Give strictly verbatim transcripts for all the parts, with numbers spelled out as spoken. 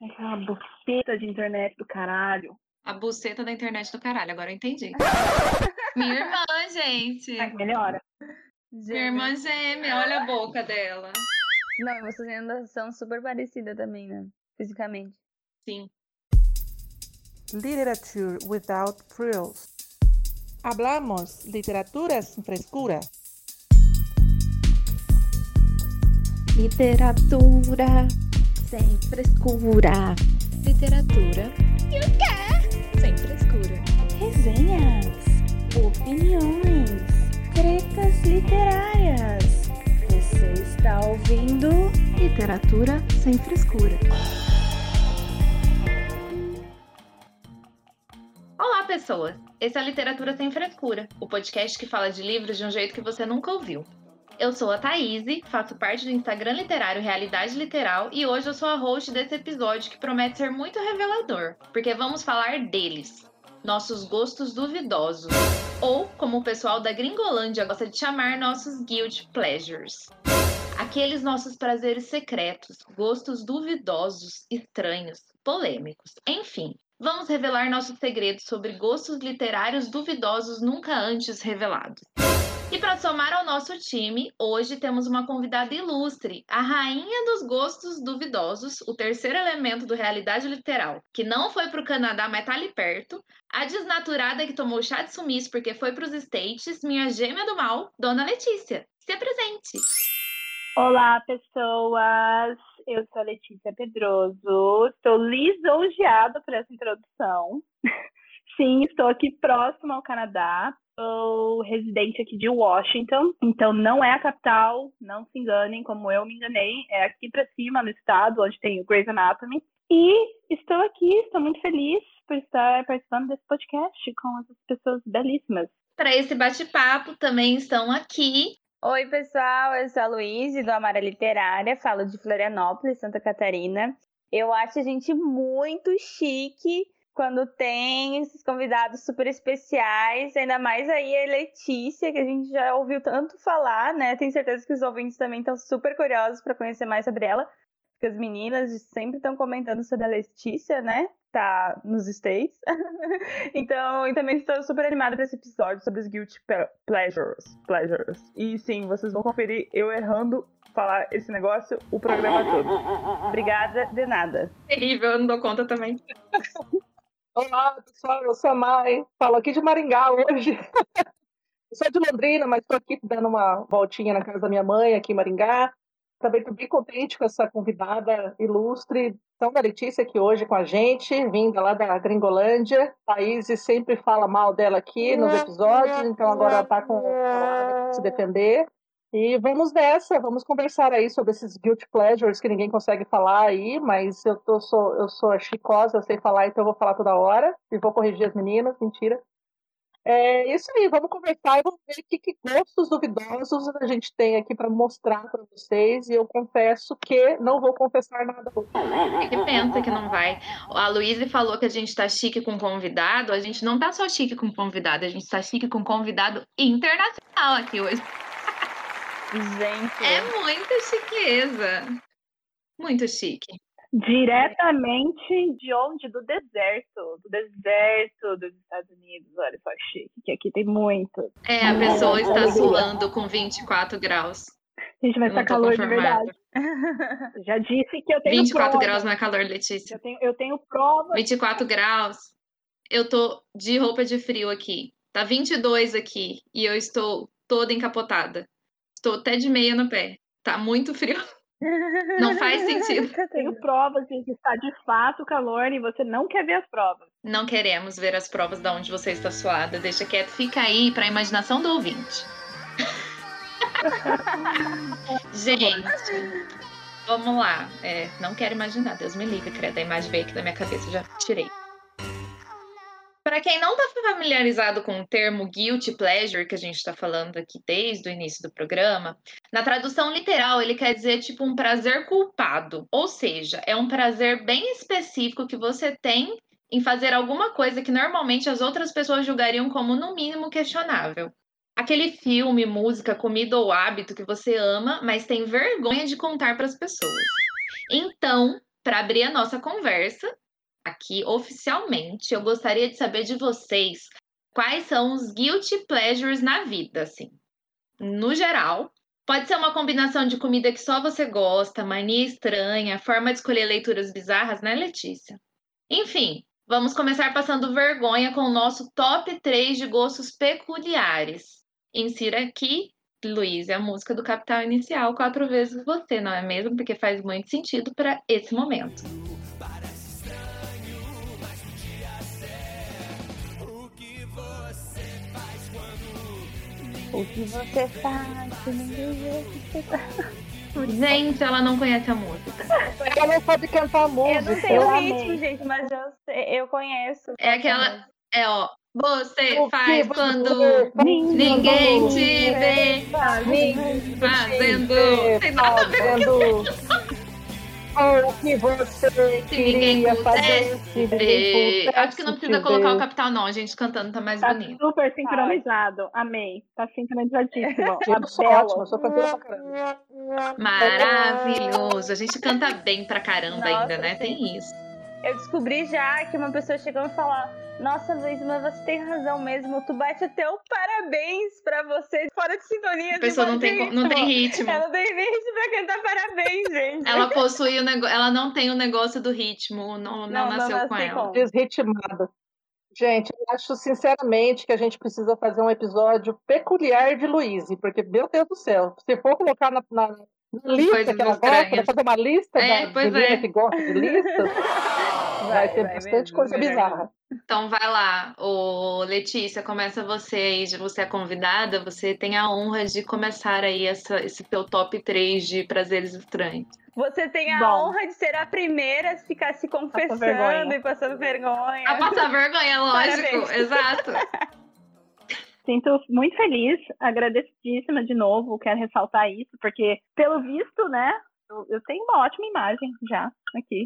Aquela buceta de internet do caralho. A buceta da internet do caralho, agora eu entendi. Minha irmã, gente. Ai, melhora. Minha irmã gêmea, olha a boca dela. Não, vocês ainda são super parecidas também, né? Fisicamente. Sim. Literature without frills. Hablamos literatura sin frescura. Literatura sem frescura. Literatura e o quê? Sem frescura. Resenhas, opiniões, tretas literárias. Você está ouvindo Literatura sem frescura. Olá, pessoas! Esse é a Literatura Sem Frescura, o podcast que fala de livros de um jeito que você nunca ouviu. Eu sou a Thaís, faço parte do Instagram literário Realidade Literal e hoje eu sou a host desse episódio que promete ser muito revelador, porque vamos falar deles, nossos gostos duvidosos, ou como o pessoal da Gringolândia gosta de chamar, nossos guilty pleasures. Aqueles nossos prazeres secretos, gostos duvidosos, estranhos, polêmicos, enfim. Vamos revelar nossos segredos sobre gostos literários duvidosos nunca antes revelados. E para somar ao nosso time, hoje temos uma convidada ilustre, a rainha dos gostos duvidosos, o terceiro elemento do Realidade Literal, que não foi para o Canadá, mas tá ali perto, a desnaturada que tomou chá de sumiço porque foi para os States, minha gêmea do mal, Dona Letícia. Se apresente! Olá, pessoas! Eu sou a Letícia Pedroso. Estou lisonjeada por essa introdução. Sim, estou aqui próximo ao Canadá. Sou residente aqui de Washington, então não é a capital, não se enganem como eu me enganei. É aqui para cima, no estado, onde tem o Grey's Anatomy. E estou aqui, estou muito feliz por estar participando desse podcast com essas pessoas belíssimas. Para esse bate-papo também estão aqui... Oi, pessoal, eu sou a Luísa, do Amara Literária, falo de Florianópolis, Santa Catarina. Eu acho a gente muito chique quando tem esses convidados super especiais, ainda mais aí a Letícia, que a gente já ouviu tanto falar, né? Tenho certeza que os ouvintes também estão super curiosos para conhecer mais sobre ela, porque as meninas sempre estão comentando sobre a Letícia, né? Tá nos States. Então, e também estou super animada para esse episódio sobre os guilty pleasures. pleasures. E sim, vocês vão conferir eu errando falar esse negócio o programa todo. Obrigada, de nada. Terrível, eu não dou conta também. Olá, pessoal, eu sou a Mai, falo aqui de Maringá hoje. Eu sou de Londrina, mas estou aqui dando uma voltinha na casa da minha mãe, aqui em Maringá. Também estou bem contente com essa convidada ilustre, São da Letícia, aqui hoje com a gente, vinda lá da Gringolândia. A Thaís sempre fala mal dela aqui nos episódios, então agora ela está com a hora de se defender. E vamos nessa, vamos conversar aí sobre esses guilty pleasures que ninguém consegue falar aí, mas eu, tô, sou, eu sou a chicosa, eu sei falar, então eu vou falar toda hora e vou corrigir as meninas, mentira. É isso aí, vamos conversar e vamos ver que, que gostos duvidosos a gente tem aqui para mostrar para vocês. E eu confesso que não vou confessar nada. É que pensa que não vai. A Luísa falou que a gente tá chique com convidado. A gente não tá só chique com convidado, a gente tá chique com convidado internacional aqui hoje. Gente. É muita chiqueza. Muito chique. Diretamente de onde? Do deserto. Do deserto dos Estados Unidos. Olha só, chique, que aqui tem muito. É, a pessoa está suando com vinte e quatro graus. Gente, vai estar calor de verdade. Já disse que eu tenho vinte e quatro prova. graus não é calor, Letícia. Eu tenho, eu tenho prova. vinte e quatro graus. Eu tô de roupa de frio aqui. Tá vinte e dois aqui. E eu estou toda encapotada. Estou até de meia no pé. Tá muito frio. Não faz sentido. Tenho provas de que está de fato calor e você não quer ver as provas. Não queremos ver as provas de onde você está suada. Deixa quieto, fica aí para a imaginação do ouvinte. Gente, vamos lá. É, não quero imaginar, Deus me livre, credo. A imagem veio aqui da minha cabeça, já tirei. Para quem não está familiarizado com o termo guilty pleasure, que a gente está falando aqui desde o início do programa, na tradução literal ele quer dizer tipo um prazer culpado, ou seja, é um prazer bem específico que você tem em fazer alguma coisa que normalmente as outras pessoas julgariam como no mínimo questionável. Aquele filme, música, comida ou hábito que você ama, mas tem vergonha de contar para as pessoas. Então, para abrir a nossa conversa aqui oficialmente, eu gostaria de saber de vocês quais são os guilty pleasures na vida, assim, no geral. Pode ser uma combinação de comida que só você gosta, mania estranha, forma de escolher leituras bizarras, né, Letícia? Enfim, vamos começar passando vergonha com o nosso top três de gostos peculiares. Insira aqui, Luiz, a música do Capital Inicial, Quatro Vezes Você, não é mesmo? Porque faz muito sentido para esse momento. O que você faz que ninguém vê que você faz? Gente, ela não conhece a música. Ela não sabe cantar música. Eu não tenho Eu ritmo, amei. gente, mas eu, sei- eu conheço. É aquela... É, ó. Você O que faz você quando faz ninguém quando te vê ninguém fazendo... te Tem nada a ver com fazendo o que você Se ninguém queria fazer. pudesse Se ninguém ver. pudesse Acho que não precisa te colocar o ver. Capital, não. A gente cantando tá mais Tá bonito. super sincronizado. Amei. Tá sincronizadíssimo. Eu sou A ótima, Bela. sou cantora pra caramba. Maravilhoso. A gente canta bem pra caramba Nossa, ainda, né? sim. Tem isso. Eu descobri já que uma pessoa chegou e falou: nossa, Luiz, mas você tem razão mesmo. Tu bate até o parabéns pra você fora de sintonia. A pessoa de não tem, ritmo. não tem ritmo. Ela não tem ritmo pra cantar parabéns, gente. Ela possui o negócio. Ela não tem o negócio do ritmo. Não, não, Não, não nasceu com nasci ela. com. Desritimada. Gente, eu acho sinceramente que a gente precisa fazer um episódio peculiar de Luíse, porque, meu Deus do céu, se for colocar na, na, na lista Coisas que ela gosta, estranhas. né, fazer uma lista É, da pois menina é. que gosta de listas, vai, ter vai bastante mesmo, coisa melhor bizarra. Então vai lá, ô Letícia, começa você aí, já você é convidada, você tem a honra de começar aí essa, esse teu top três de prazeres estranhos. Você tem a Bom. honra de ser a primeira a ficar se confessando vergonha. e passando vergonha. A passar vergonha, lógico, Parabéns. exato. Sinto muito feliz, agradecidíssima de novo, quero ressaltar isso, porque, pelo visto, né, eu, eu tenho uma ótima imagem já aqui.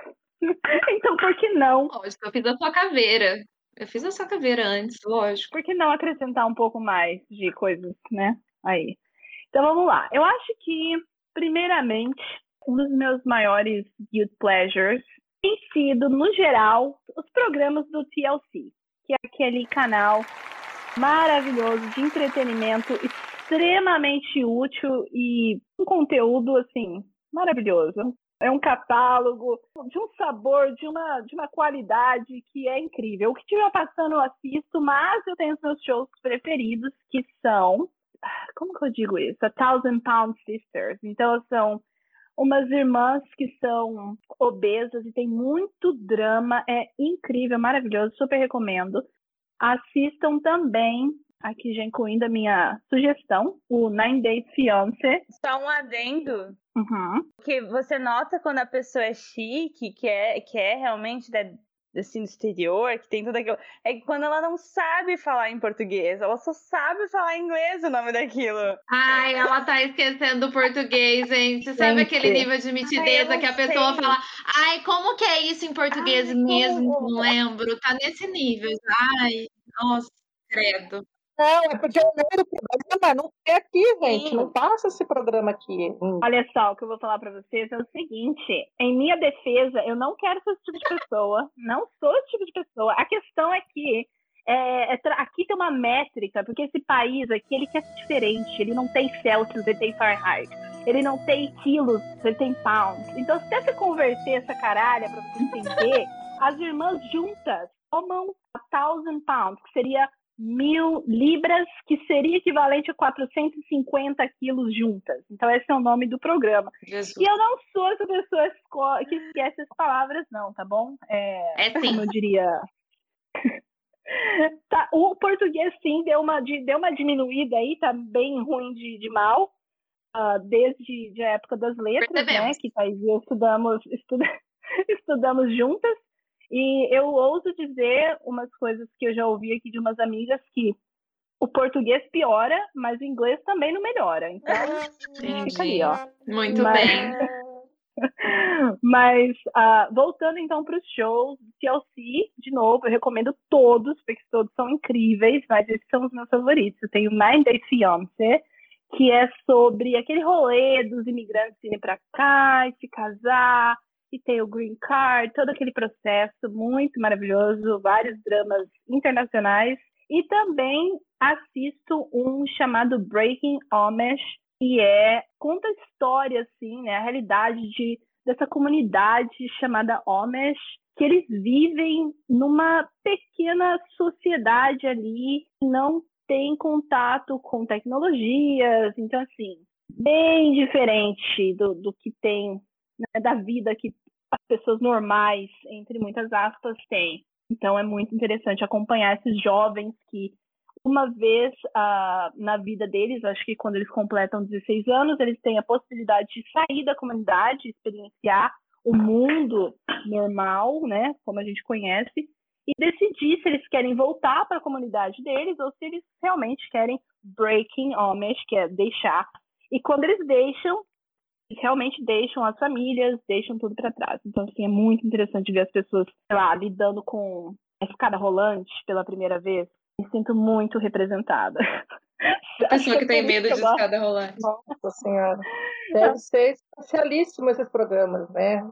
Então, por que não? Lógico, eu fiz a sua caveira. Eu fiz a sua caveira antes, lógico. Por que não acrescentar um pouco mais de coisas, né, aí? Então, vamos lá. Eu acho que, primeiramente, um dos meus maiores guilty pleasures tem sido, no geral, os programas do T L C, que é aquele canal maravilhoso de entretenimento, extremamente útil e um conteúdo, assim, maravilhoso. É um catálogo de um sabor, de uma, de uma qualidade que é incrível. O que estiver passando eu assisto, mas eu tenho os meus shows preferidos, que são, como que eu digo isso? A Thousand Pound Sisters. Então, são umas irmãs que são obesas e tem muito drama. É incrível, maravilhoso, super recomendo. Assistam também, aqui já incluindo a minha sugestão, o Nine Days Fiancé. Só um adendo. Uhum. Que você nota quando a pessoa é chique, que é, que é realmente da, assim, do exterior, que tem tudo aquilo. É que quando ela não sabe falar em português, ela só sabe falar em inglês o nome daquilo. Ai, ela tá esquecendo o português, gente. Sabe Gente. aquele nível de mitideza Ai, eu que a não pessoa sei. fala, ai, como que é isso em português Ai, mesmo? como? Não lembro. Tá nesse nível. Ai, nossa, credo. Não, é porque o nome do programa não é aqui, gente. Sim. Não passa esse programa aqui. Hum. Olha só, o que eu vou falar pra vocês é o seguinte, em minha defesa, eu não quero ser esse tipo de pessoa, não sou esse tipo de pessoa. A questão é que é, é tra- aqui tem uma métrica, porque esse país aqui, ele quer ser diferente, ele não tem Celsius, ele tem Fahrenheit, ele não tem quilos, ele tem pounds. Então, se você converter essa caralha pra você entender, as irmãs juntas tomam a thousand pounds, que seria mil libras, que seria equivalente a quatrocentos e cinquenta quilos juntas. Então, esse é o nome do programa. Jesus. E eu não sou essa pessoa esco- que esquece as palavras, não, tá bom? É, É sim. como eu diria... Tá, o português, sim, deu uma, di- deu uma diminuída aí, tá bem ruim de, de mal, ah, desde de a época das letras, né? Percebemos. Que Thaís e eu estudamos, estuda- estudamos juntas. E eu ouso dizer umas coisas que eu já ouvi aqui de umas amigas, que o português piora, mas o inglês também não melhora. Então, fica aí, Entendi. ó. Muito Mas- bem. Mas, ah, voltando então para os shows, T L C, de novo, eu recomendo todos, porque todos são incríveis, mas esses são os meus favoritos. Eu tenho Nine Days Fiancé, que é sobre aquele rolê dos imigrantes irem para cá e se casar, e tem o Green Card, todo aquele processo muito maravilhoso, vários dramas internacionais. E também assisto um chamado Breaking Amish, que é, conta a história, assim, né, a realidade de, dessa comunidade chamada Amish, que eles vivem numa pequena sociedade ali, não tem contato com tecnologias, então, assim, bem diferente do, do que tem, né, da vida que as pessoas normais, entre muitas aspas, têm. Então, é muito interessante acompanhar esses jovens que, uma vez uh, na vida deles, acho que quando eles completam dezesseis anos, eles têm a possibilidade de sair da comunidade, experienciar o mundo normal, né, como a gente conhece, e decidir se eles querem voltar para a comunidade deles ou se eles realmente querem breaking Amish, que é deixar. E quando eles deixam, eles realmente deixam as famílias, deixam tudo para trás. Então, assim, é muito interessante ver as pessoas, sei lá, lidando com a escada rolante pela primeira vez. Me sinto muito representada. A pessoa que tem medo de escada rolante. Nossa Senhora. Deve ser especialíssimo esses programas, né?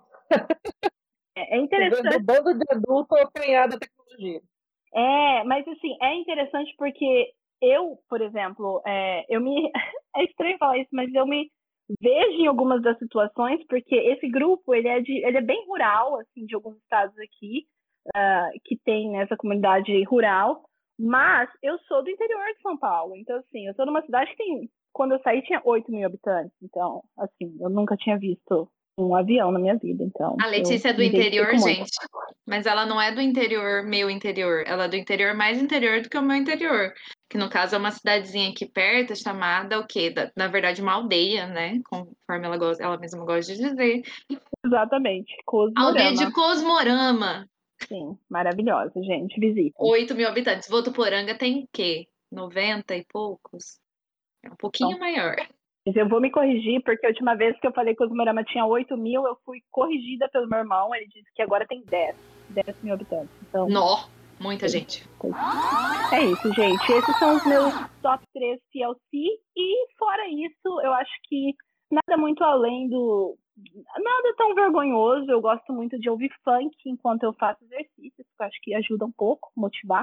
É interessante. O bando de adulto apanhar da tecnologia. É, mas assim, é interessante porque eu, por exemplo, é, eu me... é estranho falar isso, mas eu me vejo em algumas das situações, porque esse grupo, ele é, de, ele é bem rural, assim, de alguns estados aqui, uh, que tem nessa comunidade rural, mas eu sou do interior de São Paulo, então, assim, eu sou numa cidade que tem, quando eu saí, tinha oito mil habitantes, então, assim, eu nunca tinha visto um avião na minha vida, então... A Letícia é do interior, gente, mas ela não é do interior, meu interior, ela é do interior mais interior do que o meu interior, que no caso é uma cidadezinha aqui perto, chamada o quê? Da, na verdade, uma aldeia, né? Conforme ela, gosta, ela mesma gosta de dizer. Exatamente, Cosmorama. Aldeia de Cosmorama. Sim, maravilhosa, gente, visita. oito mil habitantes. Votuporanga tem o quê? noventa e poucos? É um pouquinho então, maior. Eu vou me corrigir, porque a última vez que eu falei que Cosmorama tinha oito mil, eu fui corrigida pelo meu irmão, ele disse que agora tem dez mil habitantes. Então, Nó, muita sim. gente. É isso, gente. Esses são os meus top três T L C. E fora isso, eu acho que nada muito além do... Nada tão vergonhoso. Eu gosto muito de ouvir funk enquanto eu faço exercícios, que eu acho que ajuda um pouco, motivar.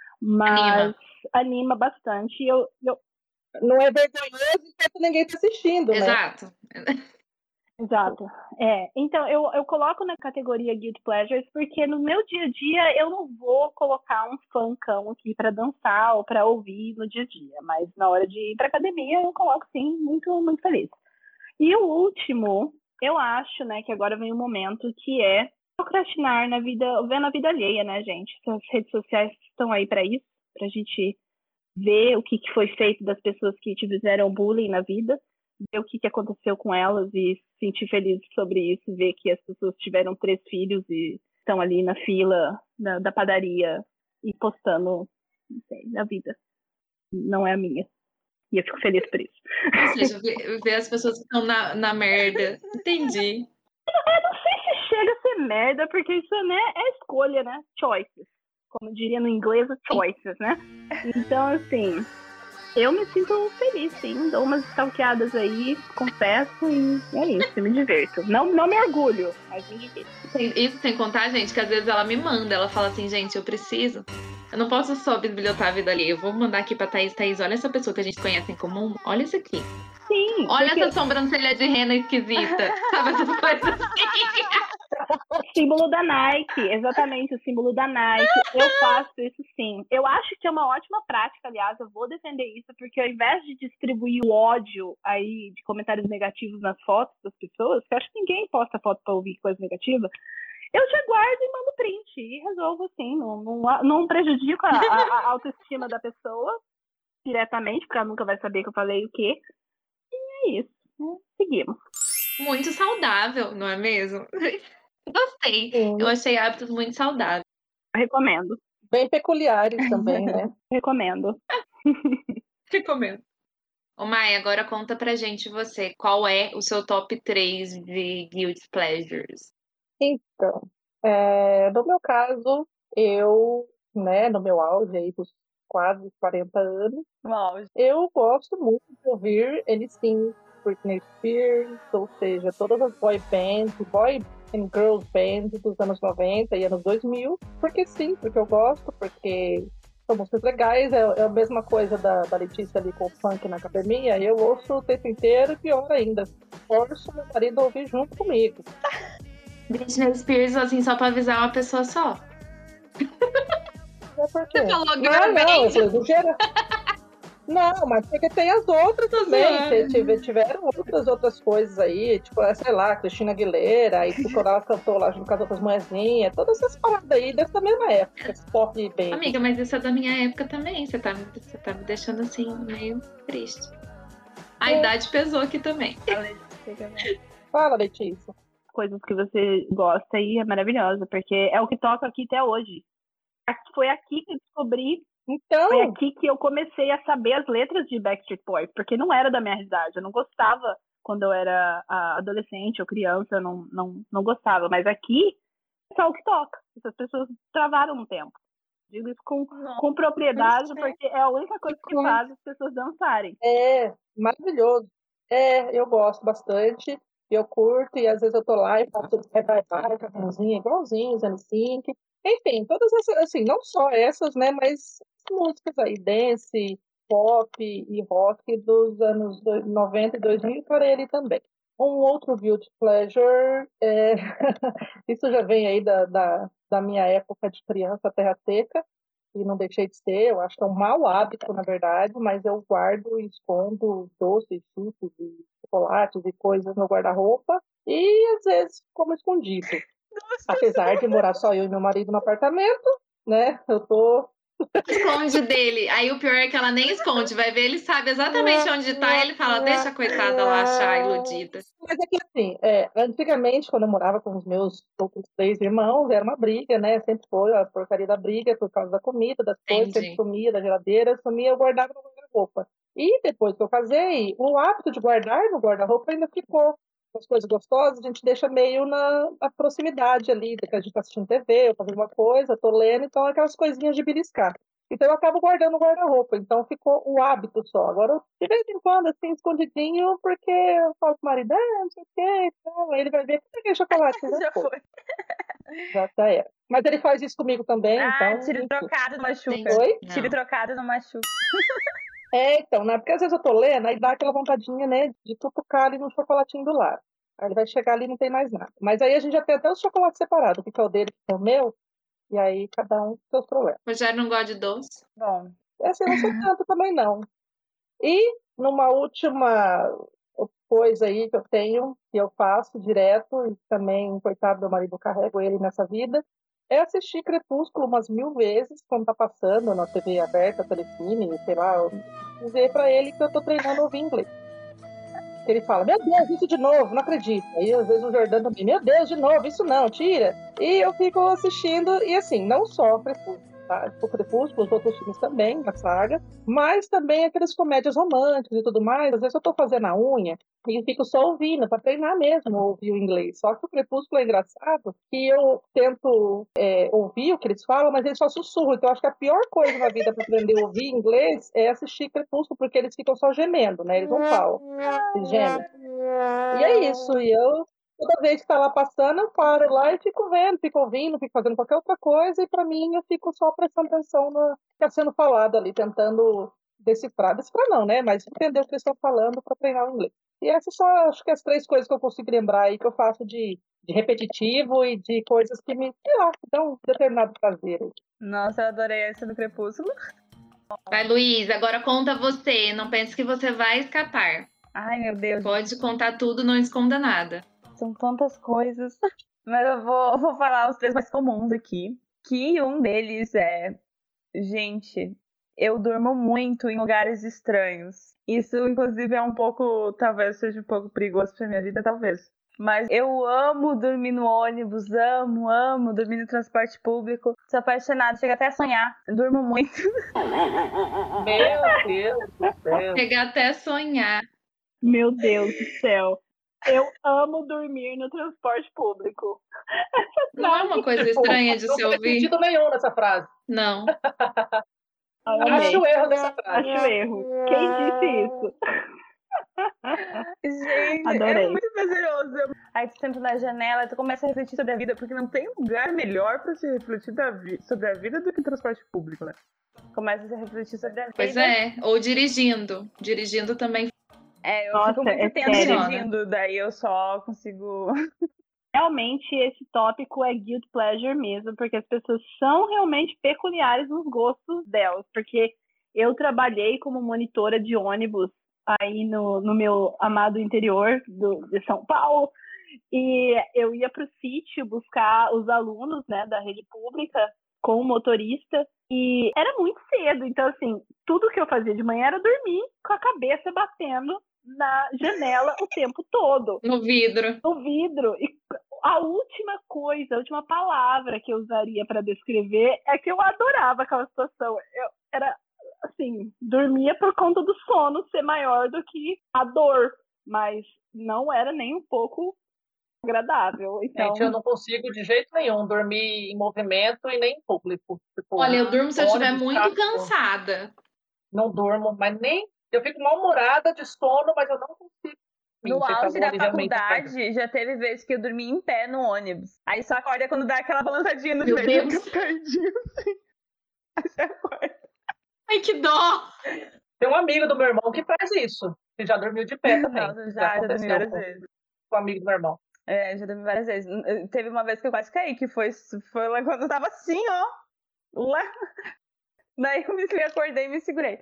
Mas anima, anima bastante. Eu, eu... Não é vergonhoso enquanto ninguém está assistindo, Exato. né? Exato. É, então, eu, eu coloco na categoria Guilty Pleasures porque no meu dia a dia eu não vou colocar um funkão aqui para dançar ou para ouvir no dia a dia, mas na hora de ir para academia eu coloco sim, muito, muito feliz. E o último, eu acho, né, que agora vem o momento que é procrastinar na vida, vendo a vida alheia, né, gente? As redes sociais estão aí para isso, para a gente ver o que, que foi feito das pessoas que te fizeram bullying na vida, ver o que, que aconteceu com elas e se sentir feliz sobre isso, ver que as pessoas tiveram três filhos e estão ali na fila da, da padaria e postando, não sei, a vida. Não é a minha. E eu fico feliz por isso. Ou seja, ver, ver as pessoas que estão na, na merda. Entendi. Eu não sei se chega a ser merda, porque isso, né, é escolha, né? Choices. Como diria no inglês, choices, né? Então, assim... Eu me sinto feliz, sim. Dou umas stalkeadas aí, confesso, e é isso, me divirto. Não, não me orgulho, mas me divirto. Isso sem contar, gente, que às vezes ela me manda, ela fala assim, gente, eu preciso. Eu não posso só bisbilhotar a vida ali. Eu vou mandar aqui pra Thaís, Thaís, olha essa pessoa que a gente conhece em comum, olha isso aqui. Sim. Olha porque... essa sobrancelha de rena esquisita. Sabe essas coisas assim? Símbolo da Nike, exatamente, o símbolo da Nike. Eu faço isso sim. Eu acho que é uma ótima prática, aliás, eu vou defender isso, porque ao invés de distribuir o ódio aí de comentários negativos nas fotos das pessoas, que eu acho que ninguém posta foto pra ouvir coisa negativa, eu já guardo e mando print e resolvo assim, não, não, não prejudico a, a autoestima da pessoa diretamente, porque ela nunca vai saber que eu falei o quê. E é isso, né? Seguimos. Muito saudável, não é mesmo? Gostei. Sim. Eu achei hábitos muito saudáveis. Recomendo. Bem peculiares também, né? Recomendo. Recomendo. Ô Mai, agora conta pra gente você, qual é o seu top três de Guilty Pleasures? Então, é, no meu caso, eu, né, no meu auge aí dos quase quarenta anos, Uau. eu gosto muito de ouvir N Sync, Britney Spears, ou seja, todas as boy bands, boy and Girls Band dos anos noventa e anos dois mil, porque sim, porque eu gosto, porque são músicas legais, é, é a mesma coisa da, da Letícia ali com o funk na academia, eu ouço o tempo inteiro e pior ainda, forço meu marido a ouvir junto comigo. Britney Spears, assim, só pra avisar uma pessoa só. É porque... Você falou não, Girl não, Band? eu falei do geral. Não, mas porque tem as outras também. Tiver, tiveram outras outras coisas aí, tipo, sei lá, Cristina Aguilera, aí tipo, ela cantou lá junto com as outras mulherzinhas, todas essas paradas aí dessa mesma época, esse pop bem. Amiga, mas isso é da minha época também. Você tá, você tá me deixando assim, meio triste. A É. idade pesou aqui também. Fala, Letícia. Coisas que você gosta e é maravilhosa, porque é o que toca aqui até hoje. Foi aqui que eu descobri. Então... Foi aqui que eu comecei a saber as letras de Backstreet Boys, porque não era da minha realidade. Eu não gostava quando eu era adolescente ou criança, eu não, não, não gostava. Mas aqui é só o que toca. Essas pessoas travaram no tempo. Digo isso com, com propriedade, porque é a única coisa que faz as pessoas dançarem. É, maravilhoso. É, eu gosto bastante, eu curto, e às vezes eu tô lá e faço vai-vai, cartãozinha, igualzinho, N Sync. Enfim, todas essas, assim, não só essas, né, mas músicas aí, dance, pop e rock dos anos noventa e dois mil para ele também. Um outro guilty pleasure, é... isso já vem aí da, da, da minha época de criança terra seca, e não deixei de ser, eu acho que é um mau hábito, na verdade, mas eu guardo e escondo doces, sucos e chocolates e coisas no guarda-roupa, e às vezes como escondido. Apesar de morar só eu e meu marido no apartamento, né, eu tô... Esconde dele. Aí o pior é que ela nem esconde. Vai ver, ele sabe exatamente onde tá e ele fala, deixa a coitada lá achar, iludida. Mas é que assim, é, antigamente, quando eu morava com os meus outros três irmãos, era uma briga, né? Sempre foi a porcaria da briga por causa da comida, das coisas, sempre sumia da geladeira, sumia, eu guardava no guarda-roupa. E depois que eu casei, o hábito de guardar no guarda-roupa ainda ficou. As coisas gostosas a gente deixa meio na, na proximidade ali, que a gente tá assistindo T V, ou fazendo uma coisa, tô lendo, então aquelas coisinhas de beliscar. Então eu acabo guardando o guarda-roupa, então ficou um hábito só. Agora, de vez em quando, assim, escondidinho, porque eu falo com o marido, ah, não sei o que, então, aí ele vai ver, que é chocolate? Já, já foi. Já, já era. Mas ele faz isso comigo também, ah, então... tiro enfim. trocado no machuca. Oi? Tiro trocado no machuca. É, então, né? Porque às vezes eu tô lendo, aí dá aquela vontadinha, né, de cutucar ali no chocolatinho do lado. Aí ele vai chegar ali e não tem mais nada. Mas aí a gente já tem até os chocolates separados, que é o dele, que é o meu, e aí cada um com seus problemas. O Rogério não gosta de doce? Bom. Essa eu não sou tanto também, não. E numa última coisa aí que eu tenho, que eu faço direto, e também, coitado do marido, eu carrego ele nessa vida, é assistir Crepúsculo umas mil vezes, quando tá passando na T V aberta, Telecine, sei lá, eu dizer pra ele que eu tô treinando a ouvir inglês. Ele fala, meu Deus, isso de novo, não acredito. Aí às vezes o Jordão também, meu Deus, de novo, isso não, tira. E eu fico assistindo, e assim, não só Crepúsculo, tá? O Crepúsculo, os outros filmes também, da saga, mas também aquelas comédias românticas e tudo mais. Às vezes eu tô fazendo a unha e fico só ouvindo, para treinar mesmo, ouvir o inglês. Só que o Crepúsculo é engraçado, que eu tento é, ouvir o que eles falam, mas eles só sussurram. Então eu acho que a pior coisa na vida para aprender a ouvir inglês é assistir Crepúsculo, porque eles ficam só gemendo, né? Eles não falam, eles gemem. E é isso, e eu, toda vez que tá lá passando, eu paro lá e fico vendo, fico ouvindo, fico fazendo qualquer outra coisa, e pra mim eu fico só prestando atenção no que tá sendo falado ali, tentando decifrar, decifrar não, né, mas entender o que eles estão falando para treinar o inglês. E essas são, acho que as três coisas que eu consigo lembrar aí, que eu faço de, de repetitivo e de coisas que me, sei lá, dão um determinado prazer. Nossa, eu adorei essa do Crepúsculo. Vai, Luiz, agora conta você, não pense que você vai escapar. Ai, meu Deus. Pode contar tudo, não esconda nada. São tantas coisas. Mas eu vou, vou falar os três mais comuns aqui. Que um deles é... Gente, eu durmo muito em lugares estranhos. Isso, inclusive, é um pouco... Talvez seja um pouco perigoso pra minha vida, talvez. Mas eu amo dormir no ônibus. Amo, amo dormir no transporte público. Sou apaixonada, chego até a sonhar. Eu durmo muito. Meu Deus do céu. Chega até a sonhar. Meu Deus do céu. Eu amo dormir no transporte público. Não é uma coisa estranha de se ouvir? Não tem sentido nenhum nessa frase. Não. Acho o erro dessa frase. Acho erro. Quem disse isso? Gente, Adorei. é muito prazeroso. Aí tu senta na janela, tu começa a refletir sobre a vida, porque não tem lugar melhor pra se refletir da vi- sobre a vida do que transporte público, né? Começa a refletir sobre a vida. Pois é, ou dirigindo. Dirigindo também. É, eu Nossa, fico muito é tempo sério. dirigindo, daí eu só consigo... Realmente, esse tópico é guilt pleasure mesmo, porque as pessoas são realmente peculiares nos gostos delas. Porque eu trabalhei como monitora de ônibus aí no, no meu amado interior do, de São Paulo, e eu ia para o sítio buscar os alunos, né, da rede pública com o motorista, e era muito cedo. Então, assim, tudo que eu fazia de manhã era dormir com a cabeça batendo na janela o tempo todo. No vidro. No vidro. E a última coisa, a última palavra que eu usaria para descrever é que eu adorava aquela situação. Eu era, assim, dormia por conta do sono ser maior do que a dor, mas não era nem um pouco agradável. Então, Gente, eu não consigo de jeito nenhum dormir em movimento e nem em público. Tipo, Olha, eu durmo se eu estiver ônibus, muito carro, cansada. Não durmo, mas nem... Eu fico mal-humorada de sono, mas eu não consigo. No Gente, auge essa da Lone realmente faz. faculdade, já teve vezes que eu dormi em pé no ônibus. Aí só acorda quando dá aquela balançadinha no Meu joelho, Deus. fica perdidinho assim. Aí você acorda. Ai, que dó! Tem um amigo do meu irmão que faz isso. Que já dormiu de pé também. Nossa, já, já dormi aconteceu várias com, vezes. com um amigo do meu irmão. É, já dormi várias vezes. N- Teve uma vez que eu quase caí, que foi, foi lá quando eu tava assim, ó. Lá. Daí eu me acordei e me segurei.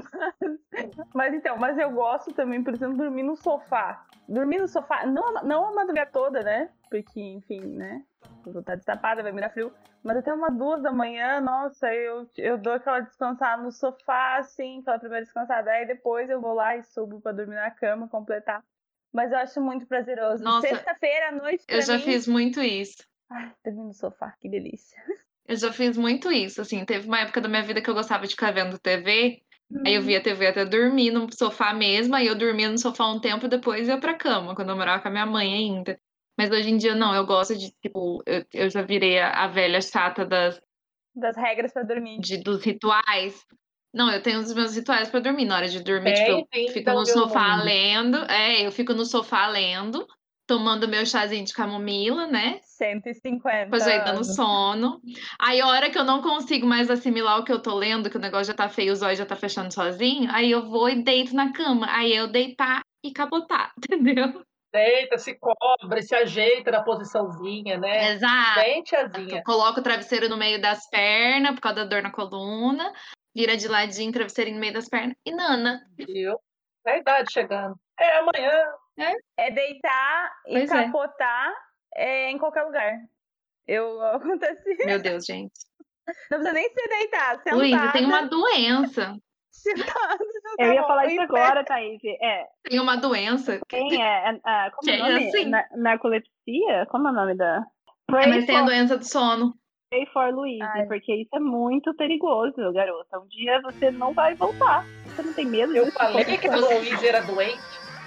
Mas, mas então, mas eu gosto também, por exemplo, dormir no sofá. Dormir no sofá, não, não a madrugada toda, né? Porque, enfim, né? Eu vou estar destapada, vai me dar frio. Mas até umas duas da manhã, nossa, eu, eu dou aquela descansada no sofá, assim, aquela primeira descansada. Aí depois eu vou lá e subo pra dormir na cama, completar. Mas eu acho muito prazeroso. Nossa, Sexta-feira à noite, pra Eu já mim... fiz muito isso. Ai, dormir no sofá, que delícia. Eu já fiz muito isso, assim. Teve uma época da minha vida que eu gostava de ficar vendo T V. Aí eu via T V até dormir no sofá mesmo. Aí eu dormia no sofá um tempo e depois ia pra cama, quando eu morava com a minha mãe ainda. Mas hoje em dia não, eu gosto de, tipo, eu, eu já virei a, a velha chata das, Das regras pra dormir. de, dos rituais. Não, eu tenho os meus rituais pra dormir. Na hora de dormir, tipo, eu Tem, fico então, no meu sofá mundo. lendo. É, eu fico no sofá lendo, tomando meu chazinho de camomila, né? cento e cinquenta Depois aí dando anos. sono. Aí a hora que eu não consigo mais assimilar o que eu tô lendo, que o negócio já tá feio, os olhos já tá fechando sozinho, aí eu vou e deito na cama. Aí eu deitar e capotar, entendeu? Deita, se cobre, se ajeita na posiçãozinha, né? Exato. Bem tiazinha. Coloco o travesseiro no meio das pernas, por causa da dor na coluna. Vira de ladinho, travesseirinho no meio das pernas. E nana. Viu? É a idade chegando. É amanhã. É deitar e Pois é. capotar é, em qualquer lugar. Eu aconteci. Meu Deus, gente. Não precisa nem se deitar, sentada. Luísa, tem uma doença. sentada, já eu tá ia bom, falar em isso pé. agora, Thaís. É, Tem uma doença. tem, é, é, é, como Que é o é nome? assim. Na- narcolepsia? Como é o nome da... É, Pray, mas tem a for, doença do sono. pray for Louise, Ai. porque isso é muito perigoso, garota. Um dia você não vai voltar. Você não tem medo Eu disso? falei que a Luísa era doente.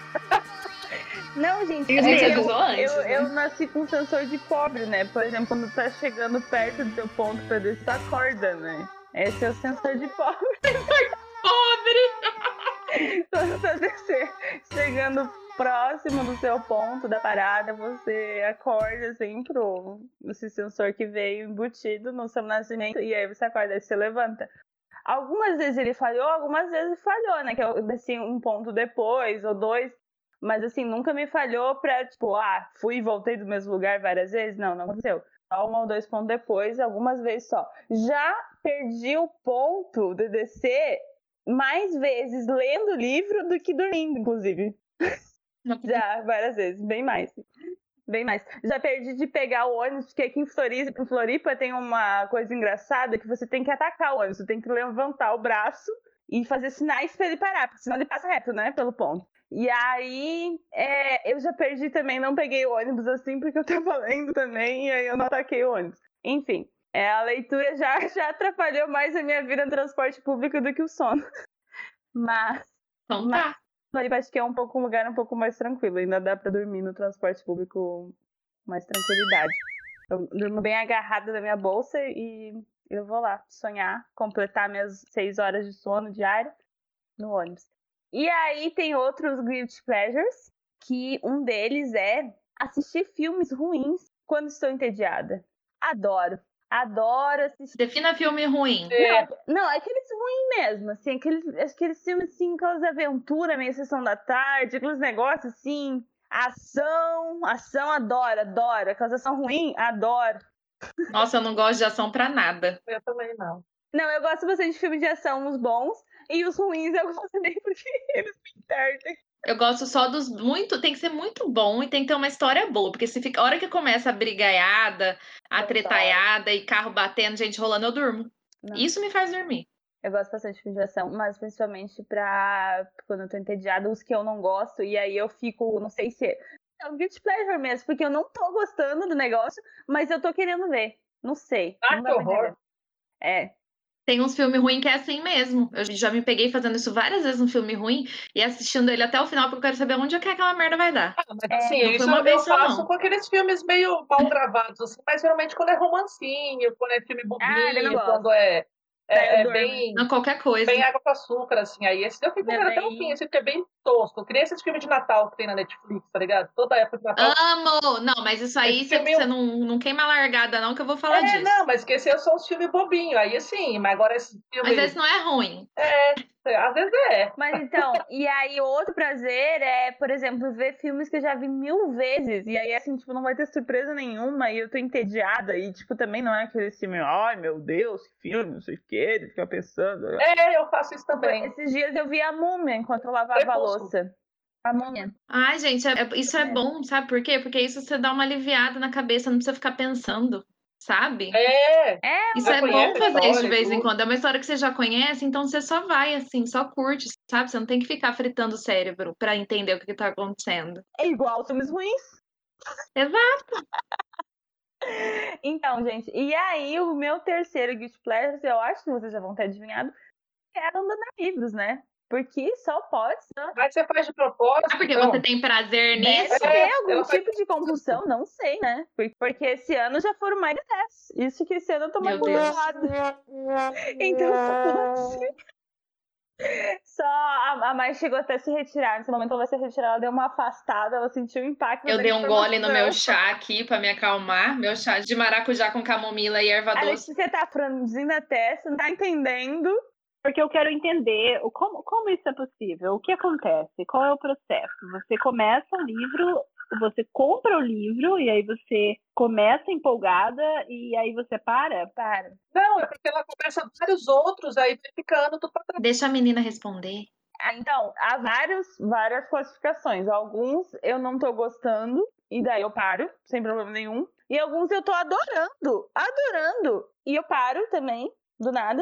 Não, gente, Sim, é você que eu, avisou antes, eu, né? eu nasci com sensor de cobre, né? Por exemplo, quando tá chegando perto do teu ponto pra descer, tu acorda, né? Esse é o sensor de cobre. Pobre! Quando tá descer, chegando próximo do seu ponto da parada, você acorda assim pro esse sensor que veio embutido no seu nascimento, e aí você acorda e você levanta. Algumas vezes ele falhou, algumas vezes falhou, né? Que eu desci um ponto depois, ou dois. Mas assim, nunca me falhou pra, tipo, ah, fui e voltei do mesmo lugar várias vezes. Não, não aconteceu. Só um ou dois pontos depois, algumas vezes só. Já perdi o ponto de descer mais vezes lendo livro do que dormindo, inclusive. Já, várias vezes, bem mais. Bem mais. Já perdi de pegar o ônibus, porque aqui em Floripa, em Floripa tem uma coisa engraçada que você tem que atacar o ônibus, você tem que levantar o braço e fazer sinais pra ele parar, porque senão ele passa reto, né, pelo ponto. E aí, é, eu já perdi também, não peguei o ônibus assim, porque eu tava lendo também, e aí eu não ataquei o ônibus. Enfim, é, a leitura já, já atrapalhou mais a minha vida no transporte público do que o sono. Mas, Então tá. Floripa acho que é um, pouco, um lugar um pouco mais tranquilo, ainda dá pra dormir no transporte público com mais tranquilidade. Eu durmo bem agarrada na minha bolsa e eu vou lá sonhar, completar minhas seis horas de sono diário no ônibus. E aí tem outros guilty pleasures, que um deles é assistir filmes ruins quando estou entediada. Adoro. Adoro assistir. Defina filme ruim. Não, não, é aqueles ruins mesmo, assim, aqueles, aqueles filmes assim, aquelas aventuras, meio sessão da tarde, aqueles negócios assim, ação, ação, adoro, adoro. Aquelas ação ruim, adoro. Nossa, eu não gosto de ação pra nada. Eu também não. Não, eu gosto bastante de filme de ação, os bons, e os ruins eu gosto nem porque eles me entardem. Eu gosto só dos muito, tem que ser muito bom e tem que ter uma história boa, porque se fica, a hora que começa a brigaiada, a Total. tretaiada e carro batendo, gente rolando, eu durmo. Não. Isso me faz dormir. Eu gosto bastante de filme de ação, mas principalmente pra quando eu tô entediada, os que eu não gosto, e aí eu fico, não sei se é um guilty pleasure mesmo, porque eu não tô gostando do negócio, mas eu tô querendo ver. Não sei. Ah, não que dá pra horror. entender. É. Tem uns filmes ruins que é assim mesmo. Eu já me peguei fazendo isso várias vezes um filme ruim e assistindo ele até o final porque eu quero saber onde é que aquela merda vai dar. Ah, mas É, assim, não foi isso uma eu vez só, faço não. com aqueles filmes meio mal gravados, assim, mas geralmente quando é romancinho, quando é filme Ah, eu não bobinho, gosto. quando é, Daí eu é, é durmo. bem, Não, qualquer coisa. bem água com açúcar, assim, aí esse eu fico Não, vendo até o daí- fim, esse que é bem tosco. Que nem esses filmes de Natal que tem na Netflix, tá ligado? Toda época de Natal. Amo! Não, mas isso aí Esse você, filme- você não, não queima a largada, não, que eu vou falar É, disso. não, mas que esse são os filmes bobinhos, aí sim, mas agora esse filme, Mas esse não é ruim. às vezes é. Mas então, e aí outro prazer é, por exemplo, ver filmes que eu já vi mil vezes. E aí, assim, tipo, não vai ter surpresa nenhuma e eu tô entediada. E, tipo, também não é aquele filme, ai meu Deus, que filme, não sei o que, de ficar pensando. É, eu faço isso também. Esses dias eu vi a Múmia enquanto eu lavava a Crepúsculo. louça. A Múmia. Ai, gente, é- é- isso é bom, sabe por quê? Porque isso você dá uma aliviada na cabeça, não precisa ficar pensando, sabe? É, Isso já é conhece bom a fazer isso de história e vez em tudo. quando. É uma história que você já conhece, então você só vai assim, só curte, sabe? Você não tem que ficar fritando o cérebro pra entender o que, que tá acontecendo. É igual aos filmes ruins. Exato. Então, gente, e aí o meu terceiro guilty pleasure, eu acho que vocês já vão ter adivinhado, é abandonar livros, né? Porque só pode ser. Mas você faz de propósito, Ah, porque então? você tem prazer Deve nisso. ter É, algum ela faz- tipo de compulsão, não sei, né? Por- Porque esse ano já foram mais de dez. Isso que esse ano eu tô mais Meu Deus. acumulada. Então só pode ser. Só a, a Mai chegou até a se retirar. Nesse momento ela vai se retirar, ela deu uma afastada, ela sentiu o impacto. Eu da dei um gole no meu informação. chá aqui pra me acalmar. Meu chá de maracujá com camomila e erva A doce. Letícia tá franzindo a testa, não tá entendendo. Porque eu quero entender o, como, como isso é possível, o que acontece, qual é o processo. Você começa o livro, você compra o livro e aí você começa empolgada e aí você para? Para. Não, é porque ela começa vários outros, aí vai ficando tudo pra trás. Deixa a menina responder. Ah, então, há vários, várias classificações. Alguns eu não tô gostando, e daí eu paro, sem problema nenhum. E alguns eu tô adorando, adorando. E eu paro também, do nada.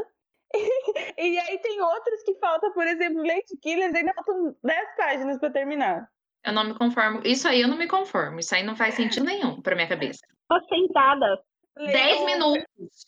E aí tem outros que falta, por exemplo, Lady Killers, ainda faltam dez páginas pra terminar. Eu não me conformo. Isso aí eu não me conformo. Isso aí não faz sentido nenhum pra minha cabeça. Tô sentada. Dez Eu- minutos.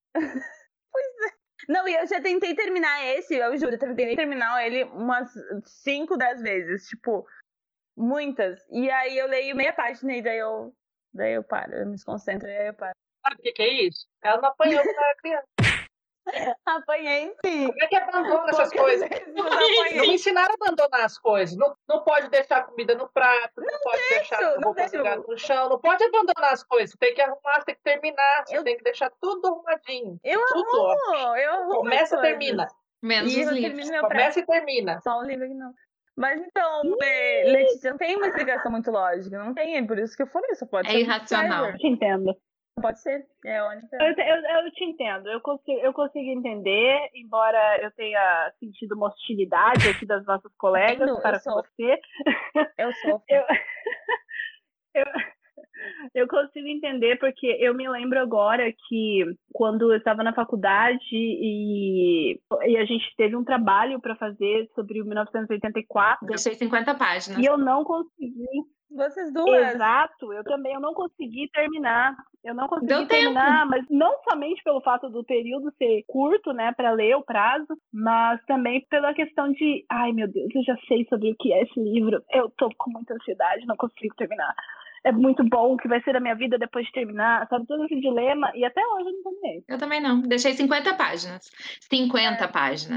Não, e eu já tentei terminar esse, eu juro, eu tentei terminar ele umas cinco, dez vezes, tipo, muitas. E aí eu leio meia página e daí eu, daí eu paro, eu me desconcentro e aí eu paro. Sabe o que, que é isso? Ela não apanhou quando era criança. Apanhei sim. Como é que abandona essas Poucas coisas? vezes, mas Não apanhei. me ensinaram a abandonar as coisas. Não, não pode deixar a comida no prato, não, pode deixar a não roupa deixo. jogada no chão, não pode abandonar as coisas. Você tem que arrumar, você tem que terminar, você Eu- tem que deixar tudo arrumadinho. Eu Tudo, ó. arrumo, eu arrumo. Começa e as coisas. termina. Menos E os eu livros. termino meu prato. Começa e termina. Só um livro que não. Mas então, é, Letícia, não tem uma explicação muito lógica. Não tem, é por isso que eu falei, só pode É ser. um irracional. Eu te entendo. Pode ser, é a única. Eu, te- eu, eu te entendo. Eu consigo, eu consigo entender, embora eu tenha sentido uma hostilidade aqui das nossas colegas Entendo, eu para com sou. você. Eu sou. Eu, eu, eu consigo entender porque eu me lembro agora que quando eu estava na faculdade e, e a gente teve um trabalho para fazer sobre o mil novecentos e oitenta e quatro Deixei cinquenta páginas. e eu não consegui. Vocês duas. Exato, eu também eu não consegui terminar. Eu não consegui Deu terminar, mas não somente pelo fato do período ser curto, né, para ler o prazo, mas também pela questão de, ai meu Deus, eu já sei sobre o que é esse livro. Eu tô com muita ansiedade, não consigo terminar. É muito bom o que vai ser da minha vida depois de terminar, sabe, todo esse dilema, e até hoje eu não terminei. Eu também não. Deixei cinquenta páginas. cinquenta páginas.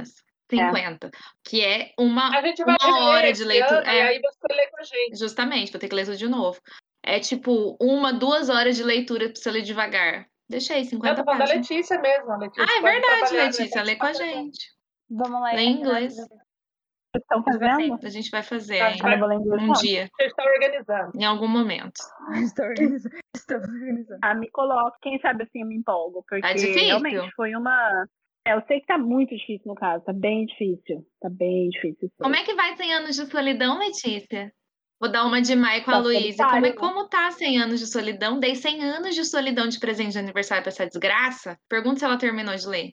cinquenta. Que é uma, A gente vai uma hora ler de esse leitura. ano, e É, aí você lê com a gente. justamente, vou ter que ler tudo de novo. É tipo uma, duas horas de leitura pra você ler devagar. Deixa aí, Eu cinquenta tô falando da páginas. Letícia mesmo. A Letícia Ah, é pode verdade, trabalhar, Letícia. né? Lê com a gente. Vamos lá. Lê em inglês. Vocês estão fazendo? A gente vai fazer A gente Eu não ainda. vou ler inglês, Um não. dia. A gente tá organizando. Em algum momento. Estou organizando. Estou organizando. Ah, me coloca, quem sabe assim eu me empolgo, porque Tá difícil. realmente foi uma... É, eu sei que tá muito difícil no caso, tá bem difícil, tá bem difícil. Como é que vai cem anos de solidão, Letícia? Vou dar uma de Mai com a Tá Luísa. solitário, Como, é, né? como tá cem anos de solidão? Dei cem anos de solidão de presente de aniversário pra essa desgraça. Pergunta se ela terminou de ler.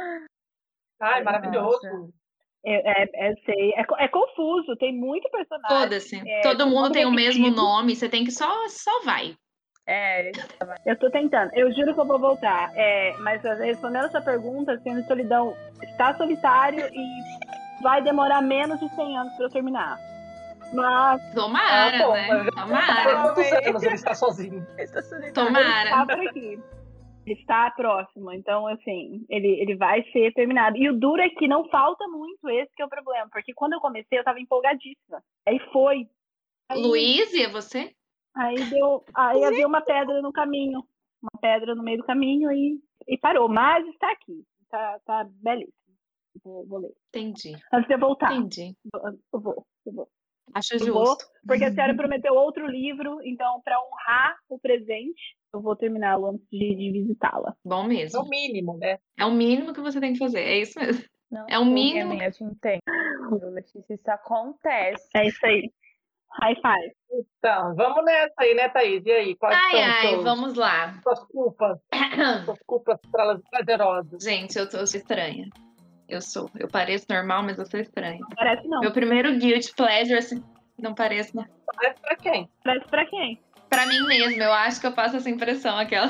Ai, maravilhoso. Nossa. É, é, é, sei, é, co- é confuso, tem muito personagem. Foda-se. é, Todo com mundo nome tem o mesmo repetido. nome. Você tem que só, só vai. É, Eu tô tentando, eu juro que eu vou voltar. É, mas respondendo a sua pergunta, sendo de solidão, está solitário e vai demorar menos de cem anos pra eu terminar. Mas Tomara, Ah, bom, né? mas- Tomara. Por quantos anos ele está sozinho? estou solitária. Tomara. ele está por aqui. Ele está próximo, então assim, ele, ele vai ser terminado. E o duro é que não falta muito, esse que é o problema. Porque quando eu comecei, eu tava empolgadíssima. Aí foi. Aí, Luiz, é você? aí deu, aí havia uma pedra no caminho. Uma pedra no meio do caminho e, e parou. Mas está aqui. Tá, tá belíssimo. Vou, vou ler. Entendi. Antes de eu voltar. Entendi. Eu vou, eu vou. Acho Eu vou, justo. porque a senhora prometeu outro livro, então, para honrar o presente, eu vou terminá-lo antes de, de visitá-la. Bom É mesmo. o mínimo, né? É o mínimo que você tem que fazer. É isso mesmo. Não, É o mínimo. Eu te entendo, Letícia. Isso acontece. É isso aí. High five. Então, vamos nessa aí, né, Thaís? E aí, quais Ai, são ai, seus, vamos lá. suas culpas? Suas culpas pra- prazerosas? Gente, eu, tô, eu sou estranha. Eu sou. Eu pareço normal, mas eu sou estranha. Parece não. Meu primeiro guilty pleasure, assim, não pareço, né? Parece pra quem? Parece pra quem? Pra mim mesmo, eu acho que eu passo essa impressão, aquela.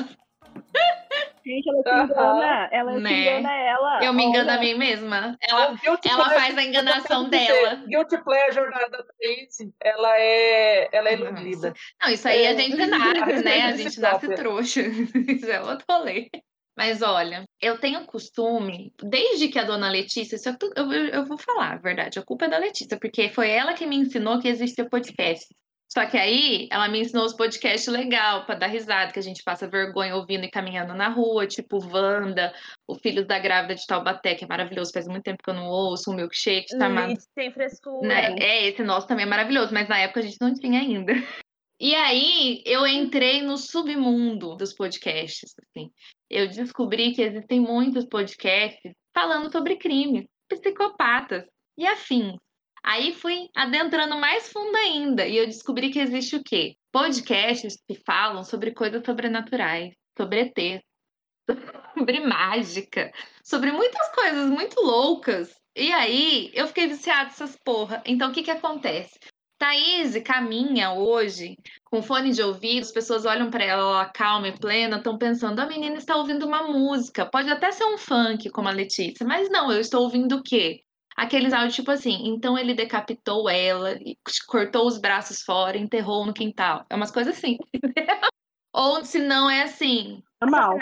Gente, ela se Aham. engana. Ela se Né? engana ela. Eu me engano a Olha, mim mesma. Ela, O guilty ela pleasure- faz a enganação eu quero dizer, dela. Guilty pleasure da, da Thaís, ela é, ela é Nossa. iludida. Não, isso aí a É. gente nasce, né? A De si gente nasce própria. trouxa. Isso é outro rolê. Mas olha, eu tenho costume, desde que a dona Letícia, isso é tudo- eu, eu, eu vou falar a verdade, a culpa é da Letícia, porque foi ela que me ensinou que existia podcast. Só que aí ela me ensinou os podcasts legal pra dar risada, que a gente passa vergonha ouvindo e caminhando na rua, tipo Wanda, o Filhos da Grávida de Taubaté, que é maravilhoso, faz muito tempo que eu não ouço, o Milkshake, tá amado. Leite sem frescura. Né? É, esse nosso também é maravilhoso, mas na época a gente não tinha ainda. E aí eu entrei no submundo dos podcasts, assim. Eu descobri que existem muitos podcasts falando sobre crimes, psicopatas e afins. Aí fui adentrando mais fundo ainda e eu descobri que existe o quê? Podcasts que falam sobre coisas sobrenaturais, sobre E T, sobre mágica, sobre muitas coisas muito loucas. E aí eu fiquei viciada nessas porra. Então o que que acontece? Thaís caminha hoje com fone de ouvido, as pessoas olham pra ela, ela calma e plena, estão pensando, a menina está ouvindo uma música, pode até ser um funk como a Letícia, mas não, eu estou ouvindo o quê? Aqueles áudios tipo assim, então ele decapitou ela, e cortou os braços fora, enterrou no quintal. É umas coisas assim. Ou se não é assim, normal.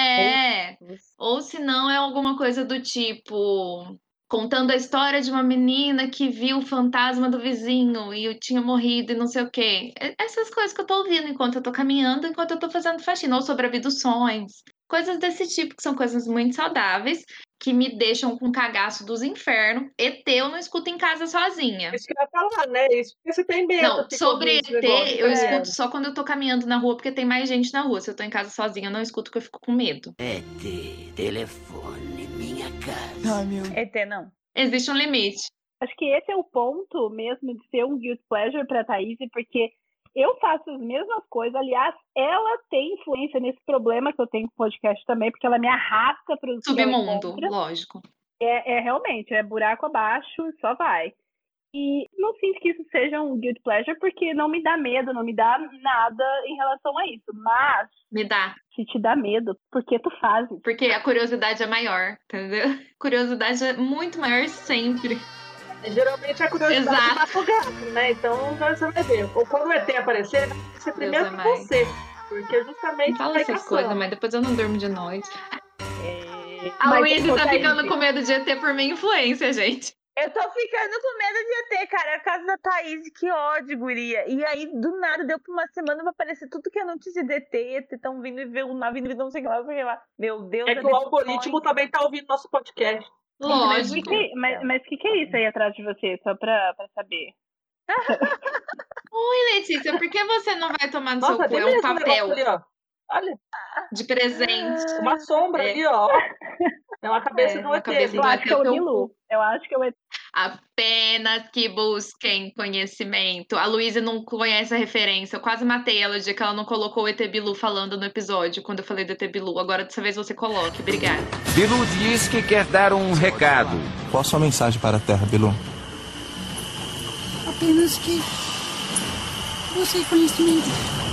é, ou se não é alguma coisa do tipo, contando a história de uma menina que viu o fantasma do vizinho e eu tinha morrido e não sei o quê. É- Essas coisas que eu tô ouvindo enquanto eu tô caminhando, enquanto eu tô fazendo faxina, ou sobre abduções. Coisas desse tipo, que são coisas muito saudáveis, que me deixam com cagaço dos infernos. E T eu não escuto em casa sozinha. Isso que eu ia falar, né? Isso porque você tem medo. Não, fica sobre ouvindo E esse negócio, T eu tá escuto ligado? só quando eu tô caminhando na rua, porque tem mais gente na rua. Se eu tô em casa sozinha, eu não escuto porque eu fico com medo. E T, telefone, minha casa. Ai, meu. E T não. Existe um limite. Acho que esse é o ponto mesmo de ser um guilty pleasure pra Thaís, porque eu faço as mesmas coisas. Aliás, ela tem influência nesse problema que eu tenho com o podcast também, porque ela me arrasta para o Submundo, lógico. É, é realmente, é buraco abaixo, só vai. E não sinto que isso seja um guilty pleasure, porque não me dá medo, não me dá nada em relação a isso. Mas, Me dá. se te dá medo, por que tu fazes? Porque a curiosidade é maior, entendeu? Curiosidade é muito maior sempre. Geralmente a curiosidade Exato. mata o gato, né? Então você vai ver. Ou quando o E T aparecer, vai ser primeiro é com mais. você. Porque justamente Não fala vai essas caçando. coisas, mas depois eu não durmo de noite. A Mas Luísa eu tá vou ficando sair. com medo de E T por minha influência, gente. Eu tô ficando com medo de E T, cara. É a casa da Thaís, que ódio, guria. E aí, do nada, deu por uma semana pra aparecer tudo que é notícia de E T. E T tão vindo e ver o nave, vindo não sei o que lá, não sei o que lá. Meu Deus, É que o algoritmo também tá ouvindo nosso podcast. Mas o que, Lógico. que, mas, mas que, que é isso aí atrás de você? Só pra, pra saber. Oi, Letícia, por que você não vai tomar no Nossa, seu cu? É um beleza o negócio papel ali, ó. Olha, de presente. uma sombra É. ali, ó. É uma cabeça É, de um uma E T. cabeça Eu Não é acho que é o teu Bilu. Eu acho que é o Apenas que busquem conhecimento. A Luísa não conhece a referência. Eu quase matei ela o dia que ela não colocou o E T Bilu falando no episódio, quando eu falei do E T Bilu. Agora, dessa vez, você coloque. Obrigada. Bilu diz que quer dar um recado. Qual a sua mensagem para a Terra, Bilu? Apenas que busquem conhecimento.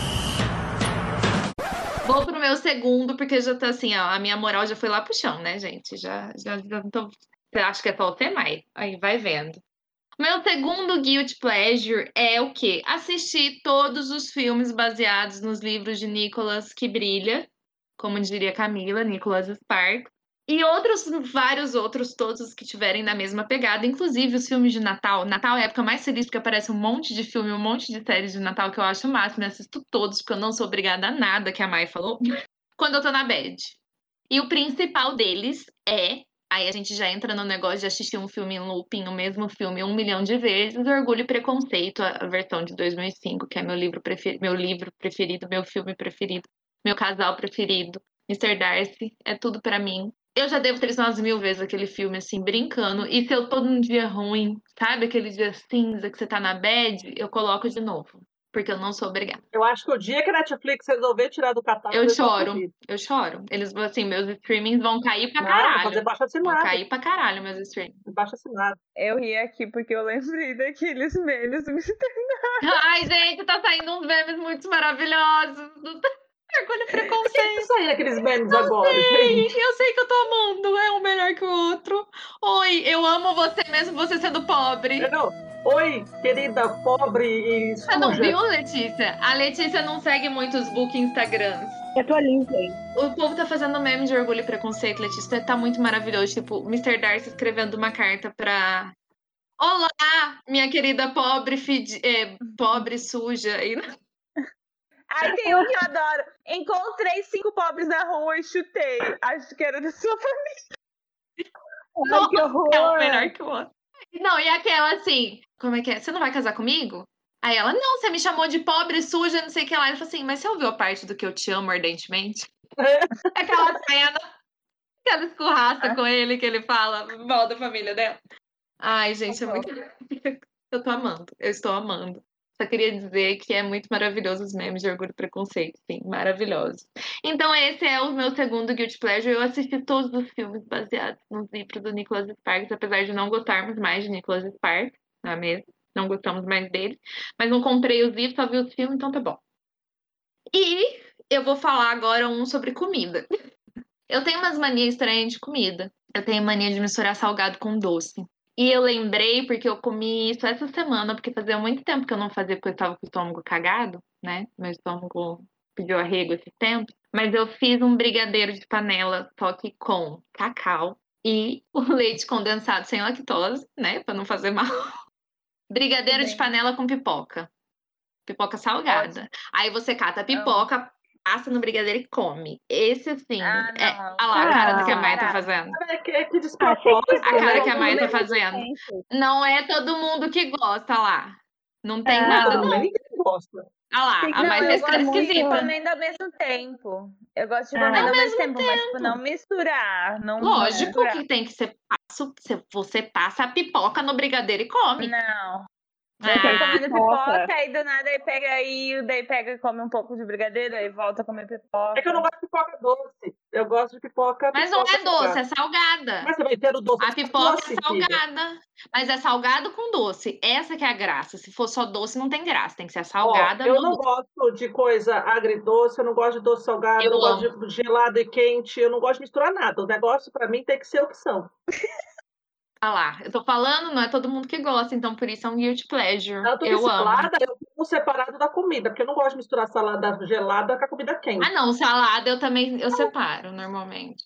Vou pro meu segundo, porque já tá assim, ó. A minha moral já foi lá pro chão, né, gente? Já, já, já não tô... Você acha que é só o Temai? Aí vai vendo. Meu segundo guilty pleasure é o quê? Assistir todos os filmes baseados nos livros de Nicholas que brilha, como diria Camila, Nicholas Sparks, e outros, vários outros, todos que tiverem na mesma pegada, inclusive os filmes de Natal. Natal é a época mais feliz, porque aparece um monte de filme, um monte de séries de Natal que eu acho o máximo, e assisto todos, porque eu não sou obrigada a nada, que a Mai falou, quando eu tô na bad. E o principal deles é... Aí a gente já entra no negócio de assistir um filme em looping, o mesmo filme um milhão de vezes, Orgulho e Preconceito, a versão de dois mil e cinco, que é meu livro, prefer... meu livro preferido, meu filme preferido, meu casal preferido, mister Darcy, é tudo pra mim. Eu já devo ter visto umas mil vezes aquele filme, assim, brincando, e se eu tô num dia ruim, sabe aquele dia cinza que você tá na bad, eu coloco de novo, porque eu não sou obrigada. Eu acho que o dia que a Netflix resolver tirar do catálogo... Eu eles vão choro, fugir. eu choro. Eles, assim, meus streamings vão cair pra Não, vou caralho. fazer baixo Vão assinado. cair pra caralho meus streamings. Baixo assinado. Eu ri aqui porque eu lembrei daqueles memes do mister Ai, gente, tá saindo uns memes muito maravilhosos. Orgulho e Por que Preconceito. que saíram aqueles memes agora, Ei, gente? eu sei que eu tô amando, é um melhor que o outro. Oi, eu amo você mesmo você sendo pobre. Não. Oi, querida pobre e Você não suja. viu, Letícia? A Letícia não segue muitos book Instagrams. Atualiza aí. O povo tá fazendo meme de Orgulho e Preconceito, Letícia. Tá muito maravilhoso. Tipo, mister Darcy escrevendo uma carta pra... Olá, minha querida pobre, fedi... é, pobre suja. E... Aí tem um que eu adoro. Encontrei cinco pobres na rua e chutei. Acho que era da sua família. Ai, que horror. É um melhor que o outro. Não, e aquela assim, como é que é? Você não vai casar comigo? Aí ela, não, você me chamou de pobre, suja, não sei o que lá. Ele falou assim, mas você ouviu a parte do que eu te amo ardentemente? Aquela cena, aquela escorraça com ele, que ele fala mal da família dela. Ai, gente, é muito... Eu tô amando, eu estou amando. Só queria dizer que é muito maravilhoso os memes de Orgulho e Preconceito, sim, maravilhosos. Então esse é o meu segundo guilty pleasure. Eu assisti todos os filmes baseados nos livros do Nicholas Sparks, apesar de não gostarmos mais de Nicholas Sparks, não é mesmo? Não gostamos mais dele. Mas não comprei os livros, só vi os filmes, então tá bom. E eu vou falar agora um sobre comida. Eu tenho umas manias estranhas de comida. Eu tenho mania de misturar salgado com doce. E eu lembrei porque eu comi isso essa semana, porque fazia muito tempo que eu não fazia, porque eu estava com o estômago cagado, né? Meu estômago pediu arrego esse tempo. Mas eu fiz um brigadeiro de panela, só que com cacau e o leite condensado sem lactose, né? Pra não fazer mal. Brigadeiro Bem. de panela com pipoca. Pipoca salgada. Aí você cata a pipoca, passa no brigadeiro e come. Esse, assim, Ah, é... não. Olha lá a cara do que a Ah. Mai tá fazendo. É que, é que Achei despropósito, que A cara né? que a Mai tá Mesmo fazendo. tempo. Não é todo mundo que gosta lá. Não tem Ah, nada, Não, não. mas ninguém gosta. Olha lá, Tem que- a Não, Mai eu fez gosto cara de ir esquisita. comendo ao mesmo tempo. Eu gosto de Ah. comendo Ao ao mesmo mesmo tempo, mas tipo, não misturar. Não Lógico misturar. que tem que ser passo. Você passa a pipoca no brigadeiro e come. Não. Ah, Você tá comendo pipoca. pipoca, aí do nada aí pega aí, daí pega e come um pouco de brigadeiro, aí volta a comer pipoca. É que eu não gosto de pipoca doce. Eu gosto de pipoca. Mas não pipoca é doce, salgada. é salgada. Mas você vai ter o doce. A pipoca doce, é filha. salgada. Mas é salgado com doce. Essa que é a graça. Se for só doce, não tem graça. Tem que ser Ó, salgada eu no não doce. gosto de coisa agridoce, eu não gosto de doce salgado, eu, Eu não gosto de gelado e quente, eu não gosto de misturar nada. O negócio pra mim tem que ser opção. Olha lá, eu tô falando, não é todo mundo que gosta, então por isso é um guilty pleasure. Tanto que Eu amo. salada eu como separado da comida, porque eu não gosto de misturar salada gelada com a comida quente. Ah, não, salada eu também eu separo normalmente.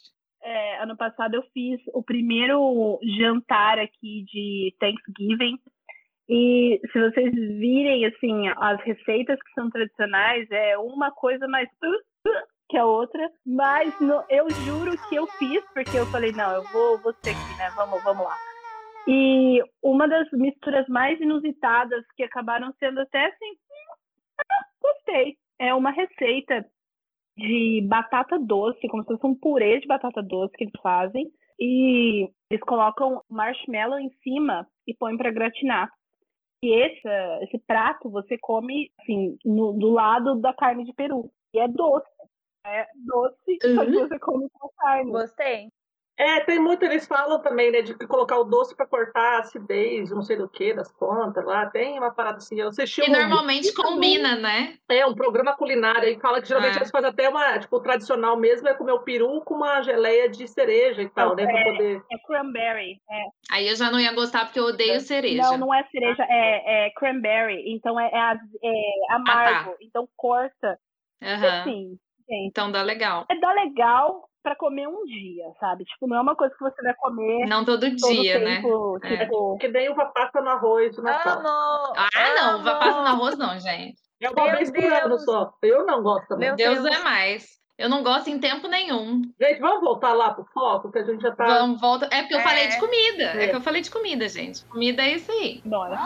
é, ano passado eu fiz o primeiro jantar aqui de Thanksgiving. E se vocês virem, assim, as receitas que são tradicionais, é uma coisa mais uh, uh, que a outra. Mas no, eu juro que eu fiz, porque eu falei, não, eu vou, vou ser aqui, né? Vamos, vamos lá. E uma das misturas mais inusitadas que acabaram sendo até assim, gostei. É uma receita de batata doce, como se fosse um purê de batata doce que eles fazem. E eles colocam marshmallow em cima e põem para gratinar. E esse, esse prato você come assim, no, do lado da carne de peru. E é doce. É doce, uhum. Só que você come com carne. Gostei. É, tem muito, eles falam também, né, de colocar o doce para cortar a acidez, não sei do que, das pontas lá, tem uma parada assim, eu assisti E um, normalmente combina, um, né? É, um programa culinário, aí fala que geralmente é. eles fazem até uma, tipo, o tradicional mesmo é comer o peru com uma geleia de cereja e tal, não, né, é, pra poder... É cranberry, é. Aí eu já não ia gostar porque eu odeio cereja. Não, não é cereja, é, é cranberry, então é, é, é amargo, ah, tá. Então corta. Uhum. Assim, gente, então dá legal. É dá legal pra comer um dia, sabe? Tipo, não é uma coisa que você vai comer... Não todo, todo dia, tempo, né? Tipo... É que nem uva passa no arroz do Natal. Amo! Ah, não, amo. uva passa no arroz não, gente. É uma Meu vez por Deus. ano só. Eu não gosto também. Meu Deus, Deus é mais. Eu não gosto em tempo nenhum. Gente, vamos voltar lá pro foco, que a gente já tá... Vamos, volta. É porque eu é. falei de comida. É. é que eu falei de comida, gente. Comida é isso aí. Bora.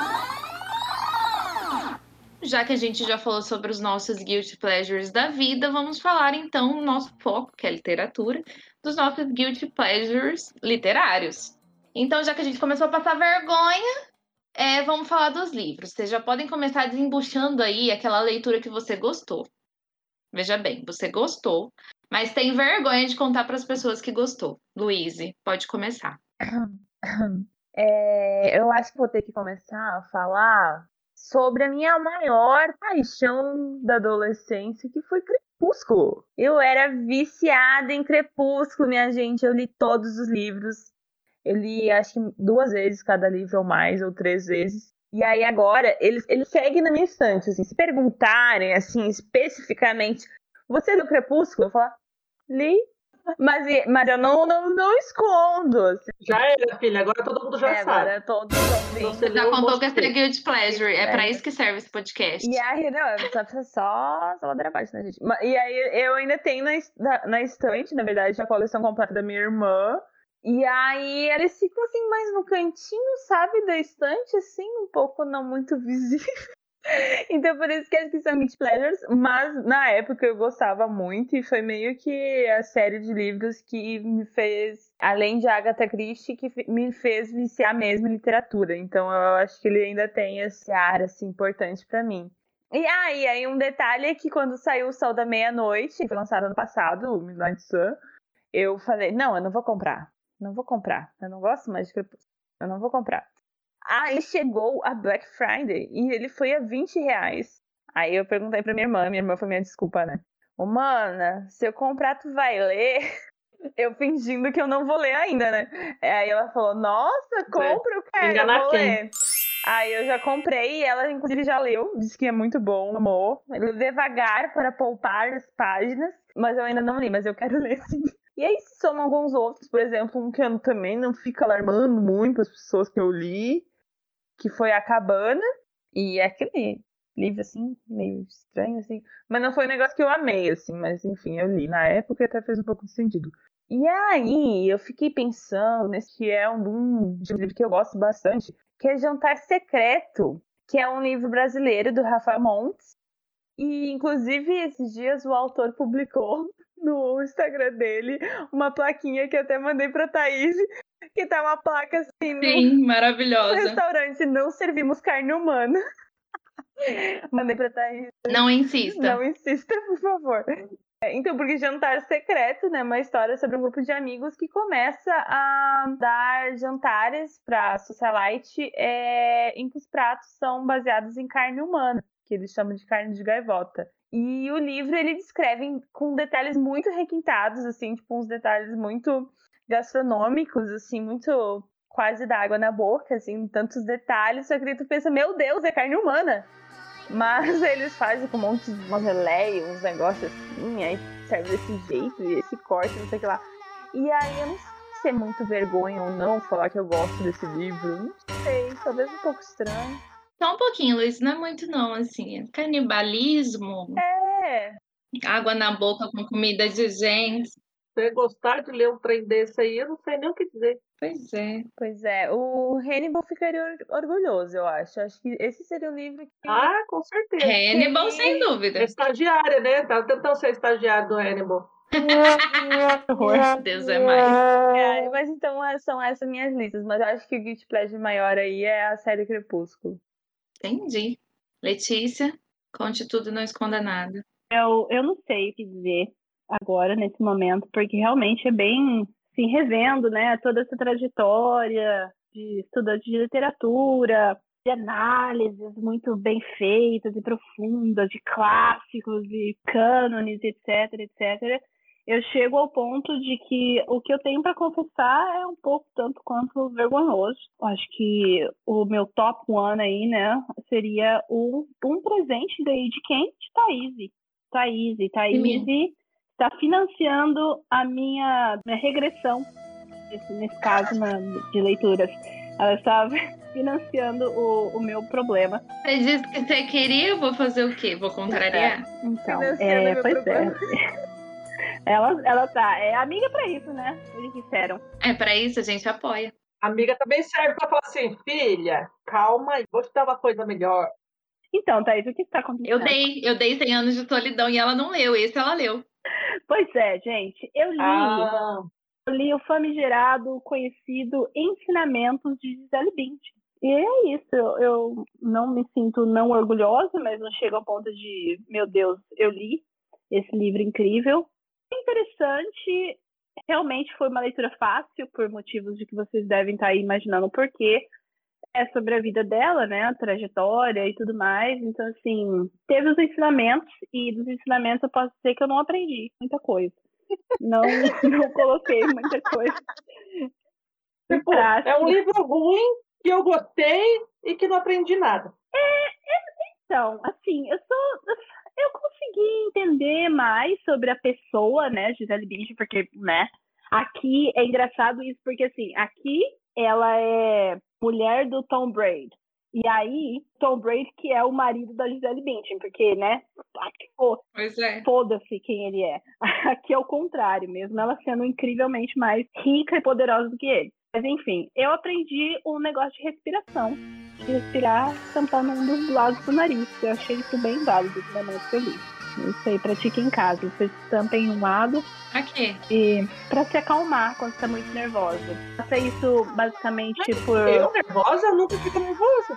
Já que a gente já falou sobre os nossos guilty pleasures da vida, vamos falar então do nosso foco, que é a literatura, dos nossos guilty pleasures literários. Então, já que a gente começou a passar vergonha, é, vamos falar dos livros. Vocês já podem começar desembuchando aí aquela leitura que você gostou. Veja bem, você gostou, mas tem vergonha de contar para as pessoas que gostou. Luíse, pode começar. É, eu acho que vou ter que começar a falar sobre a minha maior paixão da adolescência, que foi Crepúsculo. Eu era viciada em Crepúsculo, minha gente. Eu li todos os livros. Eu li, acho que duas vezes cada livro ou mais, ou três vezes. E aí agora, ele, ele segue na minha estante, assim. Se perguntarem, assim, especificamente, você leu Crepúsculo? Eu falo, li. Mas, mas eu não, não, não escondo. Assim. Já era, filha. Agora todo mundo já é, sabe. Agora todos vão Você já contou que é guilty pleasure. É, é pra isso que serve esse podcast. E aí, não, só, só, só ladeira abaixo, né, gente? E aí, eu ainda tenho na, na estante, na verdade, a coleção completa da minha irmã. E aí, eles ficam assim, mais no cantinho, sabe, da estante, assim, um pouco não muito visível. Então, por isso que acho que são guilty pleasures, mas na época eu gostava muito e foi meio que a série de livros que me fez, além de Agatha Christie, que me fez viciar mesmo em literatura. Então, eu acho que ele ainda tem esse ar, assim, importante pra mim. E aí, aí um detalhe é que quando saiu O Sol da Meia-Noite, que foi lançado ano passado, o Midnight Sun, eu falei, não, eu não vou comprar, não vou comprar, eu não gosto mais de Crepúsculo, eu não vou comprar. Aí chegou a Black Friday e ele foi a vinte reais. Aí eu perguntei pra minha irmã, minha irmã foi minha desculpa, né? Ô, mana, se eu comprar, tu vai ler? Eu fingindo que eu não vou ler ainda, né? Aí ela falou, nossa, compra, eu quero, eu vou ler. Aí eu já comprei e ela, inclusive, já leu. Disse que é muito bom, amor. Ele devagar para poupar as páginas, mas eu ainda não li, mas eu quero ler sim. E aí se somam alguns outros, por exemplo, um que eu também não fico alarmando muito as pessoas que eu li, que foi A Cabana, e é aquele livro, assim, meio estranho, assim, mas não foi um negócio que eu amei, assim, mas enfim, eu li na época e até fez um pouco de sentido. E aí, eu fiquei pensando nesse que é um, um livro que eu gosto bastante, que é Jantar Secreto, que é um livro brasileiro do Rafa Montes, e inclusive esses dias o autor publicou no Instagram dele uma plaquinha que eu até mandei pra Thaís, que tá uma placa assim no, Sim, maravilhosa. No restaurante, não servimos carne humana. Mandei pra Thaís. Não insista. Não insista, por favor. Então, porque Jantar Secreto, né, uma história sobre um grupo de amigos que começa a dar jantares pra socialite é, em que os pratos são baseados em carne humana, que eles chamam de carne de gaivota. E o livro, ele descreve com detalhes muito requintados, assim, tipo, uns detalhes muito gastronômicos, assim, muito quase da água na boca, assim, tantos detalhes, só que tu pensa, meu Deus, é carne humana! Mas eles fazem com um monte de uma geleia, uns negócios assim, aí serve desse jeito, e esse corte, não sei o que lá. E aí eu não sei se é muito vergonha ou não falar que eu gosto desse livro. Não sei, talvez um pouco estranho. Só um pouquinho, Luiz, não é muito não, assim. Canibalismo, É, água na boca com comida de gente. Você gostar de ler um trem desse aí, eu não sei nem o que dizer. Pois é. pois é. O Hannibal ficaria or- orgulhoso, eu acho. Acho que esse seria o livro que... Ah, com certeza. Hannibal, Ele- sem É dúvida. estagiária, né? Tá tentando ser estagiário do Hannibal. Deus é mais. É, mas então é- são essas minhas listas. Mas eu acho que o guilty pleasure maior aí é a série Crepúsculo. Entendi. Letícia, conte tudo e não esconda nada. Eu, eu não sei o que dizer agora, nesse momento, porque realmente é bem, assim, revendo, né, toda essa trajetória de estudante de literatura, de análises muito bem feitas e profundas, de clássicos e cânones, etc, etcétera. Eu chego ao ponto de que o que eu tenho para confessar é um pouco tanto quanto vergonhoso. Acho que o meu top one aí, né, seria um, um presente daí de quem? De Thaís. Thaís, Thaís está financiando a minha, minha regressão, nesse, nesse caso, na, de leituras. Ela estava financiando o, o meu problema. Você disse que você queria, eu vou fazer o quê? Vou contrariar? É, então, Financiando é, meu pois problema. é. Ela, ela tá, é amiga pra isso, né? Eles disseram. É pra isso, a gente apoia. Amiga também serve pra falar assim, filha, calma aí, vou te dar uma coisa melhor. Então, Thaís, o que está acontecendo? Eu dei, eu dei cem anos de solidão e ela não leu, esse ela leu. Pois é, gente, eu li, Ah, eu li o famigerado, conhecido Ensinamentos de Gisele Bündchen. E é isso, eu, eu não me sinto não orgulhosa, mas não chego ao ponto de, meu Deus, eu li esse livro incrível. Interessante, realmente foi uma leitura fácil, por motivos de que vocês devem estar aí imaginando o porquê. É sobre a vida dela, né, a trajetória e tudo mais. Então, assim, teve os ensinamentos, e dos ensinamentos eu posso dizer que eu não aprendi muita coisa. Não, não coloquei muita coisa em tipo, prática. é um livro ruim que eu gostei e que não aprendi nada. Então, assim, eu sou, eu consegui entender mais sobre a pessoa, né, Gisele Bündchen, porque, né, aqui é engraçado isso, porque, assim, aqui ela é mulher do Tom Brady. E aí, Tom Brady que é o marido da Gisele Bündchen, porque, né, Pois é. foda-se quem ele é. Aqui é o contrário mesmo, ela sendo incrivelmente mais rica e poderosa do que ele. Mas, enfim, eu aprendi um negócio de respiração. De respirar tampando um dos lados do nariz. Eu achei isso bem válido no momento que eu li. Isso aí, pratique em casa. Você tampem um lado Aqui. e pra se acalmar quando você tá muito nervosa. Faça isso basicamente por... Eu nervosa? Eu nunca fico nervosa.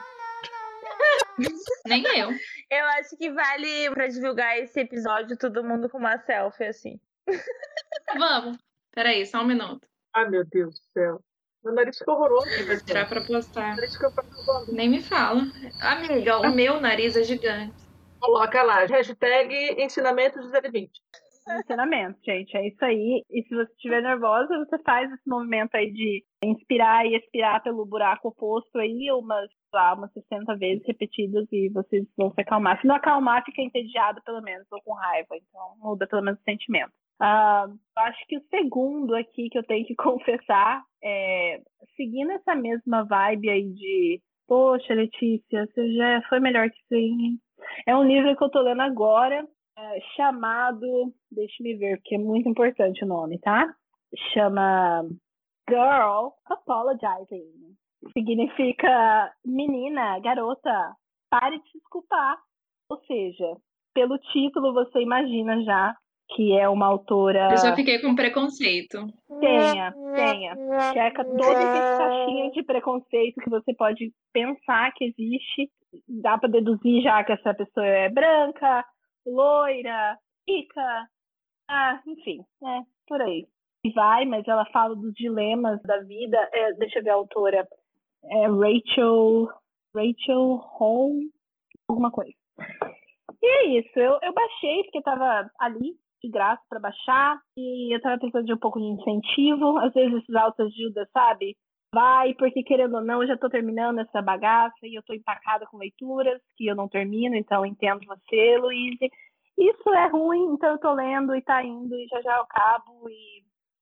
Nem eu. Eu acho que vale pra divulgar esse episódio todo mundo com uma selfie, assim. Vamos. Peraí, só um minuto. Ai, meu Deus do céu. Meu nariz ficou horroroso. Eu vou tirar pra postar. Meu nariz ficou horroroso. Nem me fala. Amiga, o meu nariz é gigante. Coloca lá, hashtag ensinamentos de Gisele Bündchen. ensinamento, gente. É isso aí. E se você estiver nervosa, você faz esse movimento aí de inspirar e expirar pelo buraco oposto aí, umas, lá, umas sessenta vezes repetidas, e vocês vão se acalmar. Se não acalmar, fica entediado pelo menos, ou com raiva. Então, muda pelo menos o sentimento. Uh, acho que o segundo aqui que eu tenho que confessar é, seguindo essa mesma vibe aí de poxa, Letícia, você já foi melhor que isso aí. É um livro que eu tô lendo agora, é, chamado, deixa-me ver, porque é muito importante o nome, tá? Chama Girl Apologizing. Significa menina, garota, pare de se desculpar. Ou seja, pelo título você imagina já que é uma autora... Eu já fiquei com preconceito. Tenha, tenha. Checa todas as caixinhas de preconceito que você pode pensar que existe. Dá para deduzir já que essa pessoa é branca, loira, rica, ah, enfim, né, por aí. E vai, mas ela fala dos dilemas da vida. É, deixa eu ver a autora. É Rachel, Rachel Hall, alguma coisa. E é isso, eu, eu baixei porque estava ali de graça para baixar, e eu tava precisando de um pouco de incentivo. Às vezes esses autoajuda, sabe? Vai, porque querendo ou não, eu já tô terminando essa bagaça e eu tô empacada com leituras que eu não termino, então entendo você, Luíse. Isso é ruim, então eu tô lendo e tá indo, e já já eu acabo, e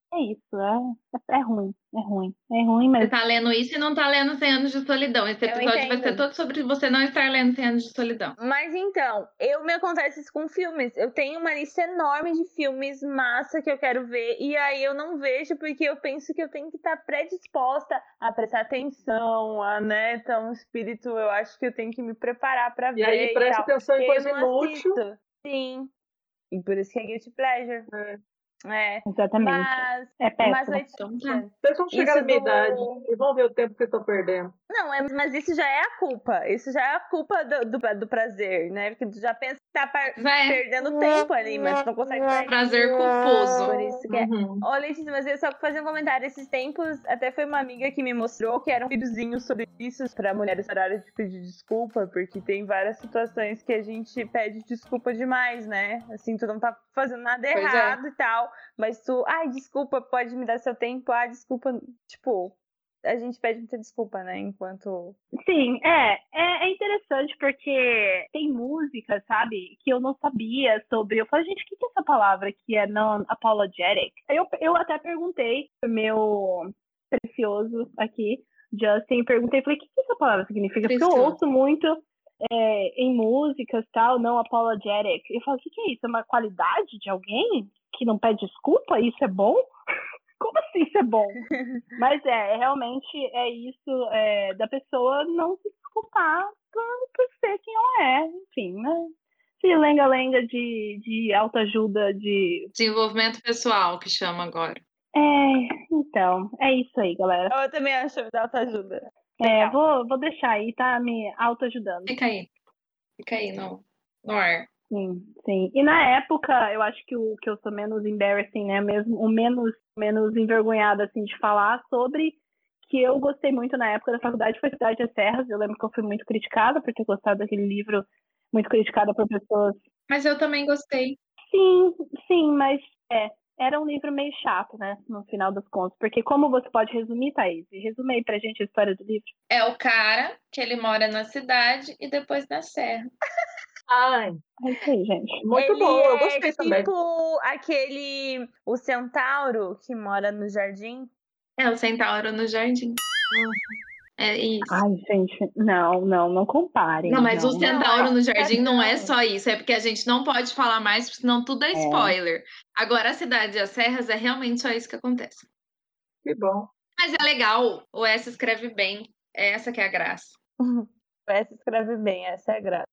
É isso, é, é ruim, é ruim, é ruim, mas... Você tá lendo isso e não tá lendo cem anos de solidão. Esse Eu episódio vai ser entendo. todo sobre você não estar lendo cem anos de solidão. Mas então, eu me acontece isso com filmes. Eu tenho uma lista enorme de filmes massa que eu quero ver. E aí eu não vejo porque eu penso que eu tenho que estar predisposta a prestar atenção, a, né? Então, o espírito, eu acho que eu tenho que me preparar pra ver. E aí presta e tal. atenção em E coisa eu não inútil. assisto. Sim. E por isso que é guilty pleasure. É. É. Exatamente. Mas, É mas péssimo. Letícia, Vocês vão chegar isso na minha do- idade e vão ver o tempo que eu tô perdendo. Não, é, mas isso já é a culpa. Isso já é a culpa do, do, do prazer, né? Porque tu já pensa que tá par- Vai. perdendo tempo ali, mas tu não consegue sair. Prazer culposo. Por isso que é. Uhum. Ô, Letícia, mas eu só fazer um comentário. Esses tempos, até foi uma amiga que me mostrou que era um videozinho sobre isso pra mulheres pararem de pedir desculpa, porque tem várias situações que a gente pede desculpa demais, né? Assim, tu não tá fazendo nada Pois é. errado e tal, mas tu, ai, desculpa, pode me dar seu tempo, ah, desculpa, tipo, a gente pede muita desculpa, né? Enquanto. Sim, é, é, é interessante porque tem música, sabe, que eu não sabia sobre. Eu falei, gente, o que que é essa palavra que é non-apologetic? Aí eu, eu até perguntei pro meu precioso aqui, Justin, perguntei, falei, o que que essa palavra significa? Porque eu Precioso. ouço muito é, em músicas, tal, não apologetic. Eu falo, o que que é isso? É uma qualidade de alguém que não pede desculpa? Isso é bom? Como assim isso é bom? Mas é, realmente é isso, é, da pessoa não se desculpar por, por ser quem ela é. Enfim, né? Se lenga-lenga de, de autoajuda, de... Desenvolvimento pessoal, que chama agora. É, então, é isso aí, galera. Eu também acho da autoajuda. É, vou, vou deixar aí, tá me autoajudando. Fica aí. Fica aí no, no ar. Sim, sim. E na época, eu acho que o que eu sou menos embarrassing, né? Mesmo, o menos, menos envergonhada, assim, de falar sobre, que eu gostei muito na época da faculdade, foi Cidade das Serras. Eu lembro que eu fui muito criticada por ter gostado daquele livro, muito criticada por pessoas. Mas eu também gostei. Sim, sim, mas é, era um livro meio chato, né? No final das contas. Porque como você pode resumir, Thaís? Resume aí pra gente a história do livro. É o cara que ele mora na cidade e depois na serra. Ai, É isso aí, gente. muito Ele bom, eu é gostei tipo também. aquele. O centauro que mora no jardim. É o centauro no jardim. É isso. Ai, gente, não, não, não comparem. Não, mas o não. centauro Não, no jardim não é não. só isso, é porque a gente não pode falar mais, porque senão tudo é spoiler. Agora, a Cidade das Serras é realmente só isso que acontece. Que bom. Mas é legal, o S escreve bem, é essa que é a graça. Essa escreve bem, essa é a graça.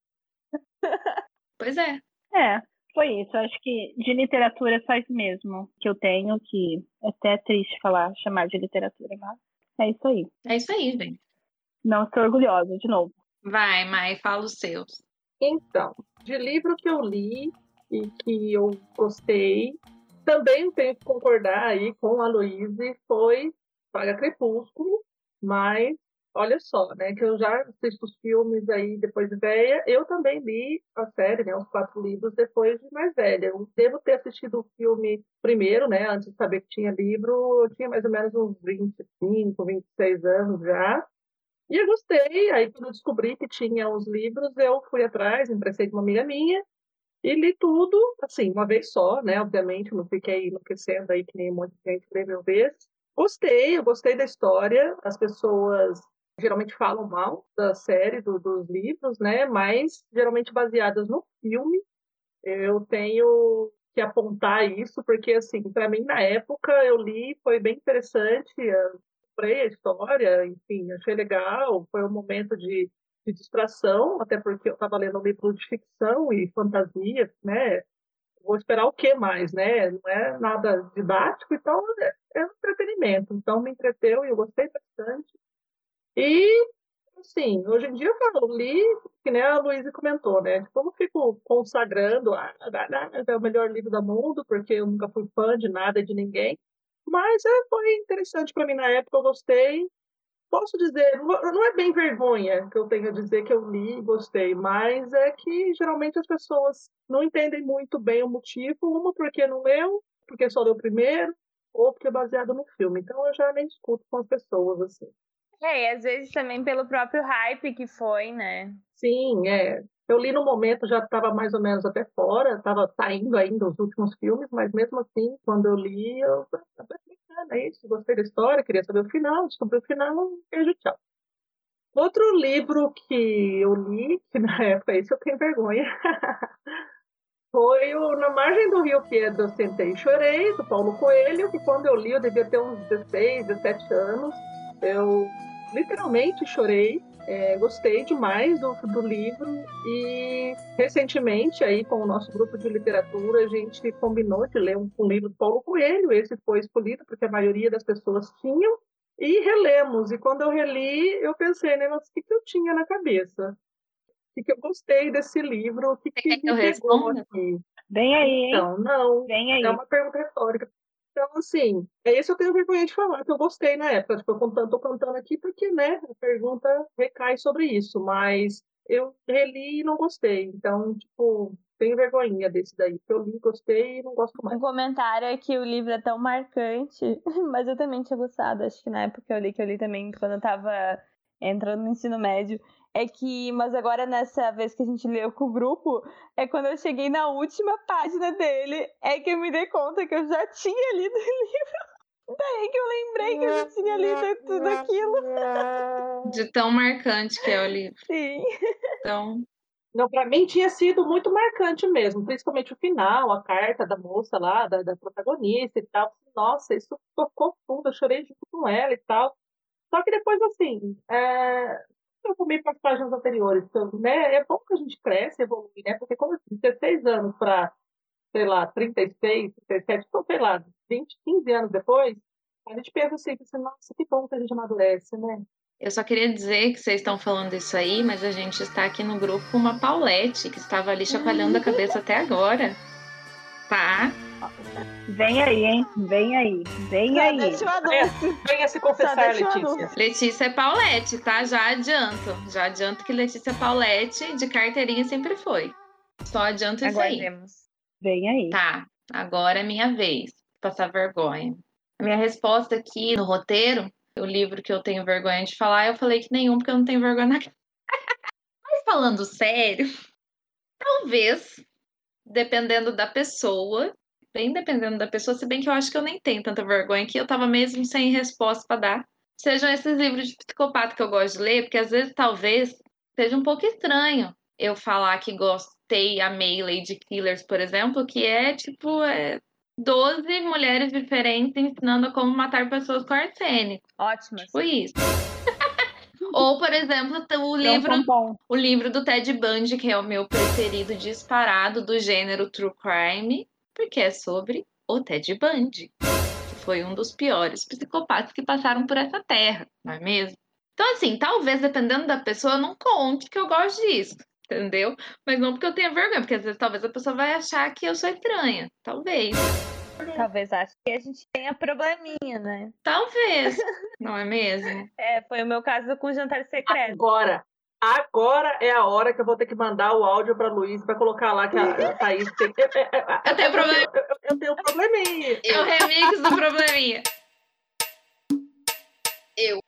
Pois é. É, foi isso. Acho que de literatura só isso mesmo que eu tenho, que é até triste falar, chamar de literatura, mas é isso aí. É isso aí, gente. Não estou orgulhosa, de novo. Vai, Mai, fala os seus. Então, de livro que eu li e que eu gostei, também tenho que concordar aí com a Luíse, foi Saga Crepúsculo, mas olha só, né, que eu já assisto os filmes aí depois de velha, eu também li a série, né, os quatro livros depois de mais velha. Eu devo ter assistido o filme primeiro, né, antes de saber que tinha livro, eu tinha mais ou menos uns vinte e cinco, vinte e seis anos já. E eu gostei, aí quando eu descobri que tinha os livros, eu fui atrás, emprestei de uma amiga minha e li tudo, assim, uma vez só, né? Obviamente, não fiquei enlouquecendo aí que nem um monte de gente lê mil vezes. Gostei, eu gostei da história. As pessoas geralmente falam mal da série, do, dos livros, né? Mas geralmente baseadas no filme. Eu tenho que apontar isso, porque, assim, para mim, na época, eu li, foi bem interessante. Comprei a história, enfim, achei legal, foi um momento de, de distração, até porque eu estava lendo um livro de ficção e fantasia, né? Vou esperar o que mais, né? Não é nada didático, então é, é um entretenimento. Então me entreteu e eu gostei bastante. E, assim, hoje em dia eu falo, li, que nem a Luísa comentou, né? Tipo, eu não fico consagrando, ah, é o melhor livro do mundo, porque eu nunca fui fã de nada e de ninguém. Mas é, foi interessante para mim na época, eu gostei. Posso dizer, não é bem vergonha que eu tenho a dizer que eu li e gostei, mas é que geralmente as pessoas não entendem muito bem o motivo, uma porque não leu, porque só leu primeiro, ou porque é baseado no filme. Então eu já nem discuto com as pessoas, assim. É, e às vezes também pelo próprio hype que foi, né? Sim, é. Eu li no momento, já estava mais ou menos até fora, estava saindo ainda os últimos filmes, mas mesmo assim, quando eu li, eu falei, é isso, gostei da história, queria saber o final, descobri o final, beijo, tchau. Outro livro que eu li, que na época, esse eu tenho vergonha, foi o Na Margem do Rio Piedra, Eu Sentei e Chorei, do Paulo Coelho, que quando eu li, eu devia ter uns dezesseis, dezessete anos. Eu literalmente chorei, é, gostei demais do, do livro e recentemente, aí com o nosso grupo de literatura, a gente combinou de ler um, um livro do Paulo Coelho. Esse foi escolhido porque a maioria das pessoas tinham, e relemos. E quando eu reli, eu pensei, né, mas o que, que eu tinha na cabeça? O que eu gostei desse livro, o que, que Quer que eu me pegou responda? aqui. Vem aí, hein? Então, não, Vem aí. é uma pergunta retórica. Então, assim, é isso eu tenho vergonha de falar, que eu gostei na época. Tipo, eu contando, tô contando aqui porque, né, a pergunta recai sobre isso, mas eu reli e não gostei. Então, tipo, tenho vergonhinha desse daí, que eu li, gostei e não gosto mais. Um comentário é que o livro é tão marcante, mas eu também tinha gostado, acho que na época que eu li, que eu li também quando eu tava entrando no ensino médio, é que, mas agora nessa vez que a gente leu com o grupo, é quando eu cheguei na última página dele, é que eu me dei conta que eu já tinha lido o livro. Daí que eu lembrei que eu já tinha lido tudo aquilo. De tão marcante que é o livro. Sim. Então, Não, para mim tinha sido muito marcante mesmo, principalmente o final, a carta da moça lá, da, da protagonista e tal. Nossa, isso tocou fundo, eu chorei junto com ela e tal. Só que depois, assim, é... eu comi para as páginas anteriores, então, né? É bom que a gente cresce, evolui, né? Porque como dezesseis anos para, sei lá, trinta e seis, trinta e sete, então, sei lá, vinte, quinze anos depois, a gente pensa assim, assim, nossa, que bom que a gente amadurece, né? eu só queria dizer que vocês estão falando isso aí, mas a gente está aqui no grupo com uma Paulette, que estava ali chacoalhando a cabeça até agora. Tá? Vem aí, hein? Vem aí. Vem Só aí. deixa o anúncio. Venha se Só confessar, deixa o Letícia. anúncio. Letícia é Paulette, tá? Já adianto. Já adianto que Letícia Paulette de carteirinha sempre foi. Só adianto isso aí. Aguardemos. Vem aí. Tá, agora é minha vez. Passar vergonha. A minha resposta aqui no roteiro, o livro que eu tenho vergonha de falar, eu falei que nenhum, porque eu não tenho vergonha na cara. Mas falando sério, talvez, dependendo da pessoa, bem dependendo da pessoa, se bem que eu acho que eu nem tenho tanta vergonha aqui, eu tava mesmo sem resposta pra dar. Sejam esses livros de psicopata que eu gosto de ler, porque às vezes talvez seja um pouco estranho eu falar que gostei, amei Lady Killers, por exemplo, que é tipo é doze mulheres diferentes ensinando a como matar pessoas com arsênico. Ótimas. Tipo isso. Ou, por exemplo, o livro, Então, bom. o livro do Ted Bundy, que é o meu preferido disparado do gênero True Crime, porque é sobre o Ted Bundy, que foi um dos piores psicopatas que passaram por essa terra, não é mesmo? Então, assim, talvez, dependendo da pessoa, eu não conte que eu gosto disso, entendeu? Mas não porque eu tenha vergonha, porque às vezes talvez a pessoa vai achar que eu sou estranha. Talvez. Talvez ache que a gente tenha probleminha, né? Talvez. Não é mesmo? É, foi o meu caso com o jantar secreto. Agora, agora é a hora que eu vou ter que mandar o áudio para Luiz para colocar lá que a, a Thaís tem. Eu, eu, eu, Eu tenho problema. Eu, eu, eu tenho um probleminha. É o remix do probleminha. Eu.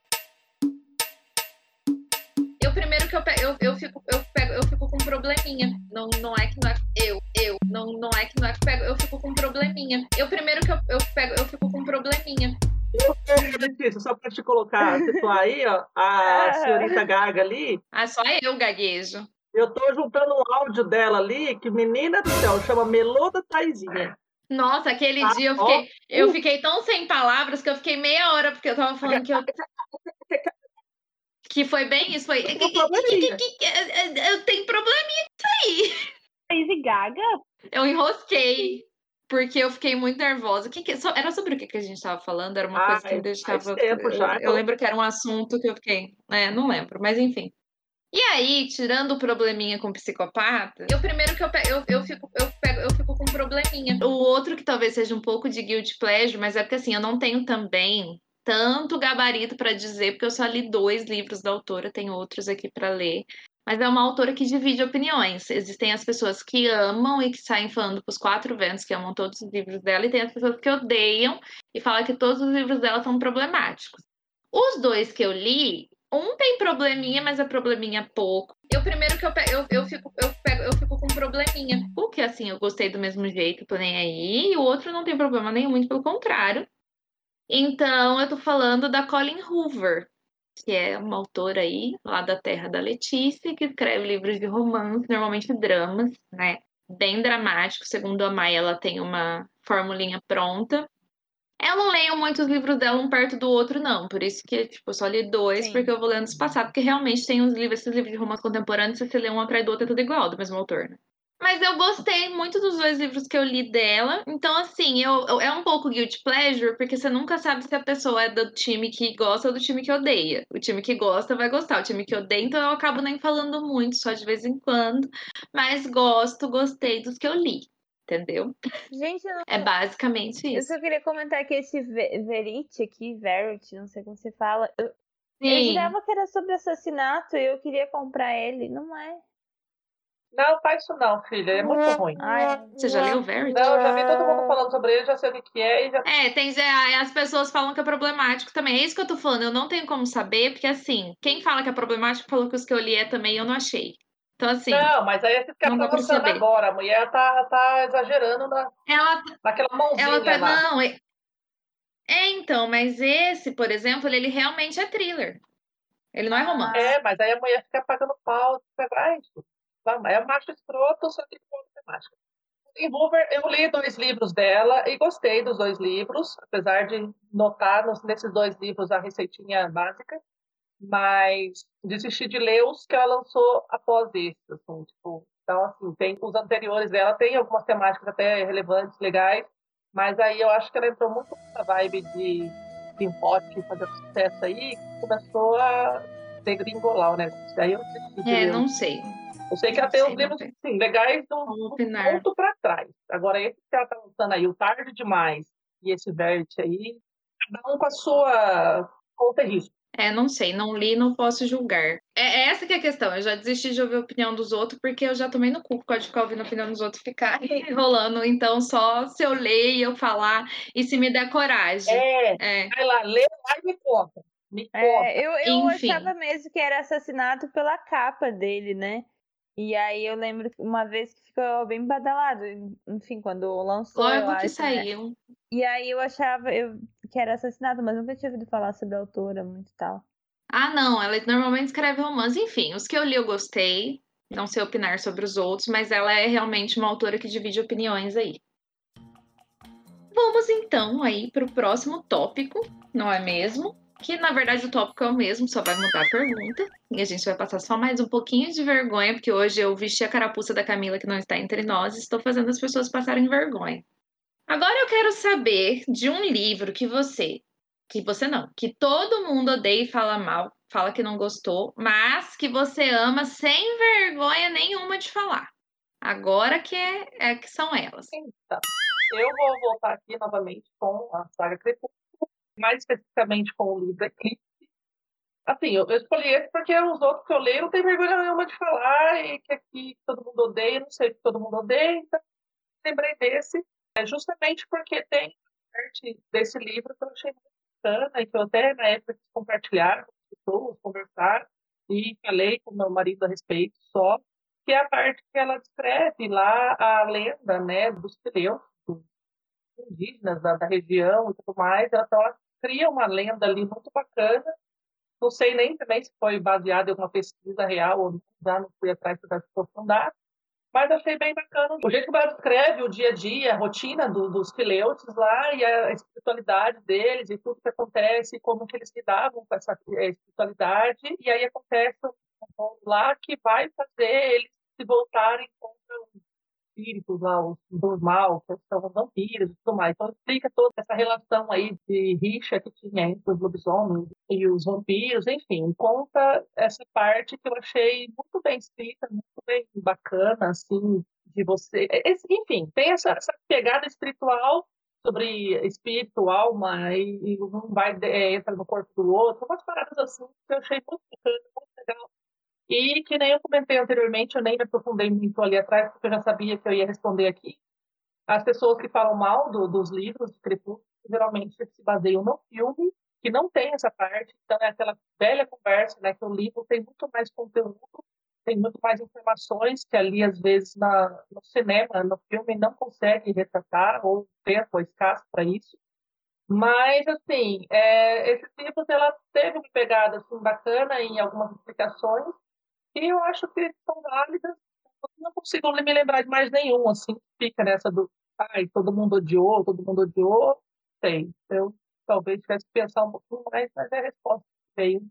Eu primeiro que eu pego, eu, eu fico, eu pego, eu fico com probleminha. Não, não é que não é eu, eu, não, não é que não é que pego, eu fico com probleminha. Eu primeiro que eu, eu pego, eu fico com probleminha. Eu, Letícia, só para te colocar, situar aí, ó, a senhorita Gaga ali. Ah, só eu gaguejo. Eu tô juntando um áudio dela ali, que menina do céu, chama Melô da Taizinha. Nossa, aquele Ah, dia eu ó. fiquei, eu fiquei tão sem palavras que eu fiquei meia hora porque eu tava falando que eu que foi bem isso, foi. Eu tenho probleminha. Eu tenho probleminha com isso aí. Lady Gaga? Eu enrosquei. Porque eu fiquei muito nervosa. Que que... Era sobre o que, que a gente tava falando? Era uma coisa que me Ai, deixava. faz tempo já, Eu, eu então. lembro que era um assunto que eu fiquei. É, não lembro, mas enfim. E aí, tirando o probleminha com psicopata, eu primeiro que eu pego, eu, eu, fico, eu, pego, eu fico com probleminha. O outro que talvez seja um pouco de guilty pleasure, mas é porque assim, eu não tenho também tanto gabarito pra dizer, porque eu só li dois livros da autora, tem outros aqui pra ler. Mas é uma autora que divide opiniões. Existem as pessoas que amam e que saem falando pros quatro ventos, que amam todos os livros dela, e tem as pessoas que odeiam e falam que todos os livros dela são problemáticos. Os dois que eu li, Um tem probleminha, mas é probleminha pouco. Eu primeiro que eu pego, eu, eu, fico, eu, pego, eu fico com probleminha. Porque assim, eu gostei do mesmo jeito, tô nem aí. E o outro não tem problema nenhum, muito pelo contrário. Então, eu tô falando da Colleen Hoover, que é uma autora aí, lá da terra da Letícia, que escreve livros de romance, normalmente dramas, né? Bem dramático. Segundo a Maia, ela tem uma formulinha pronta. Eu não leio muitos livros dela um perto do outro, não. Por isso que, tipo, eu só li dois, Sim. porque eu vou lendo os passados, porque realmente tem uns livros, esses livros de romance contemporâneo, se você lê um atrás do outro, é tudo igual, do mesmo autor, né? Mas eu gostei muito dos dois livros que eu li dela. Então, assim, eu, eu- é um pouco guilty pleasure, porque você nunca sabe se a pessoa é do time que gosta ou do time que odeia. O time que gosta vai gostar, o time que odeia, então eu acabo nem falando muito, só de vez em quando. Mas gosto, gostei dos que eu li, entendeu? Gente, eu, É não- basicamente eu isso. só queria comentar que esse Ve- Verity aqui, Verity, não sei como se fala. Eu, eu Sim. jurava que era sobre assassinato e eu queria comprar ele. Não é. Não, faz isso não, filha. É muito ruim. Ai, Você já leu Verity? Não, eu já vi todo mundo falando sobre ele, já sei o que que é e já. É, tem, é, as pessoas falam que é problemático também. É isso que eu tô falando. Eu não tenho como saber, porque assim, quem fala que é problemático falou que os que eu li é também eu não achei. Então, assim, Não, mas aí esse cara não tá dá pra lançando saber. agora. A mulher tá, tá exagerando na, Ela, naquela mãozinha ela tá. lá. Não, é, é, então, mas esse, por exemplo, ele realmente é thriller. Ele não é romance. É, mas aí a mulher fica pagando pau. Fica, ai, vamos, é macho escroto, só que com temática. Em Hoover, eu li dois livros dela e gostei dos dois livros, apesar de notar nos, nesses dois livros a receitinha básica, mas desisti de ler os que ela lançou após esse, assim, tipo, então, assim, tem os anteriores dela, tem algumas temáticas até relevantes, legais, mas aí eu acho que ela entrou muito nessa vibe de de hot, fazer sucesso aí, que começou a degringolar o negócio. Aí eu desisti de É, ler. não sei. Eu sei que ela Não tem uns sei, não livros sei. sim, legais do, Vamos do opinar. ponto para trás. Agora, esse que ela tá lançando aí, o Tarde Demais e esse Vert aí, cada um com a sua conta e risco. É, não sei, não li, não posso julgar. É, é essa que é a questão. Eu já desisti de ouvir a opinião dos outros porque eu já tomei no cu por causa de ficar ouvindo a opinião dos outros e ficar enrolando. Então, só se eu ler e eu falar e se me der coragem. É, É, vai lá, lê lá e me conta. Me conta. é, eu, eu Enfim. achava mesmo que era assassinato pela capa dele, né? E aí eu lembro que uma vez que ficou bem badalado, enfim, quando lançou, eu Logo que acho, né? saiu. E aí eu achava eu, que era assassinato, mas nunca tinha ouvido falar sobre a autora muito e tal. Ah, não, ela normalmente escreve romance. Enfim, os que eu li eu gostei. Não sei opinar sobre os outros, mas ela é realmente uma autora que divide opiniões aí. Vamos então aí para o próximo tópico, não é mesmo? Que na verdade o tópico é o mesmo, só vai mudar a pergunta. E a gente vai passar só mais um pouquinho de vergonha, porque hoje eu vesti a carapuça da Camila que não está entre nós e estou fazendo as pessoas passarem vergonha. Agora eu quero saber de um livro que você, que você não, que todo mundo odeia e fala mal, fala que não gostou, mas que você ama sem vergonha nenhuma de falar. Agora que é, é que são elas. Então, eu vou voltar aqui novamente com a saga Crepúsculo, mais especificamente com o livro Eclipse. Assim, eu, eu escolhi esse porque os outros que eu leio não tem vergonha nenhuma de falar e que aqui todo mundo odeia, não sei que todo mundo odeia, então lembrei desse, é justamente porque tem parte desse livro que eu achei muito bacana e que eu até na época quis compartilhar com as pessoas, conversar e falei com meu marido a respeito só, que é a parte que ela descreve lá a lenda, né, dos Peleus, dos indígenas da, da região e tudo mais, ela, então ela cria uma lenda ali muito bacana. Não sei nem também se foi baseado em alguma pesquisa real ou não, já não fui atrás para se aprofundar, mas achei bem bacana. O jeito que ela descreve o dia a dia, a rotina do, dos Fileutes lá e a espiritualidade deles e tudo que acontece, como que eles lidavam com essa espiritualidade. E aí acontece um ponto lá que vai fazer eles se voltarem contra os espíritos lá, os do mal, que são os vampiros e tudo mais. Então explica toda essa relação aí de rixa que tinha entre os lobisomens e os vampiros, enfim, conta essa parte que eu achei muito bem escrita, muito bem bacana, assim, de você... Esse, enfim, tem essa, essa pegada espiritual sobre espírito, alma, e, e um vai, é, entra no corpo do outro, umas paradas assim que eu achei muito bacana, muito legal. E que nem eu comentei anteriormente, eu nem me aprofundei muito ali atrás, porque eu já sabia que eu ia responder aqui. As pessoas que falam mal do, dos livros de Crepúsculo geralmente se baseiam no filme que não tem essa parte. Então, é aquela velha conversa, né? Que o livro tem muito mais conteúdo, tem muito mais informações que ali, às vezes, na, no cinema, no filme, não consegue retratar, ou tempo escasso para isso. Mas, assim, é, esses livros, ela teve uma pegada assim, bacana em algumas explicações, e eu acho que são válidas. Eu não consigo me lembrar de mais nenhum, assim, que fica nessa do, ai, todo mundo odiou, todo mundo odiou. Sei, eu talvez tivesse que pensar um pouquinho mais, mas é a resposta que veio.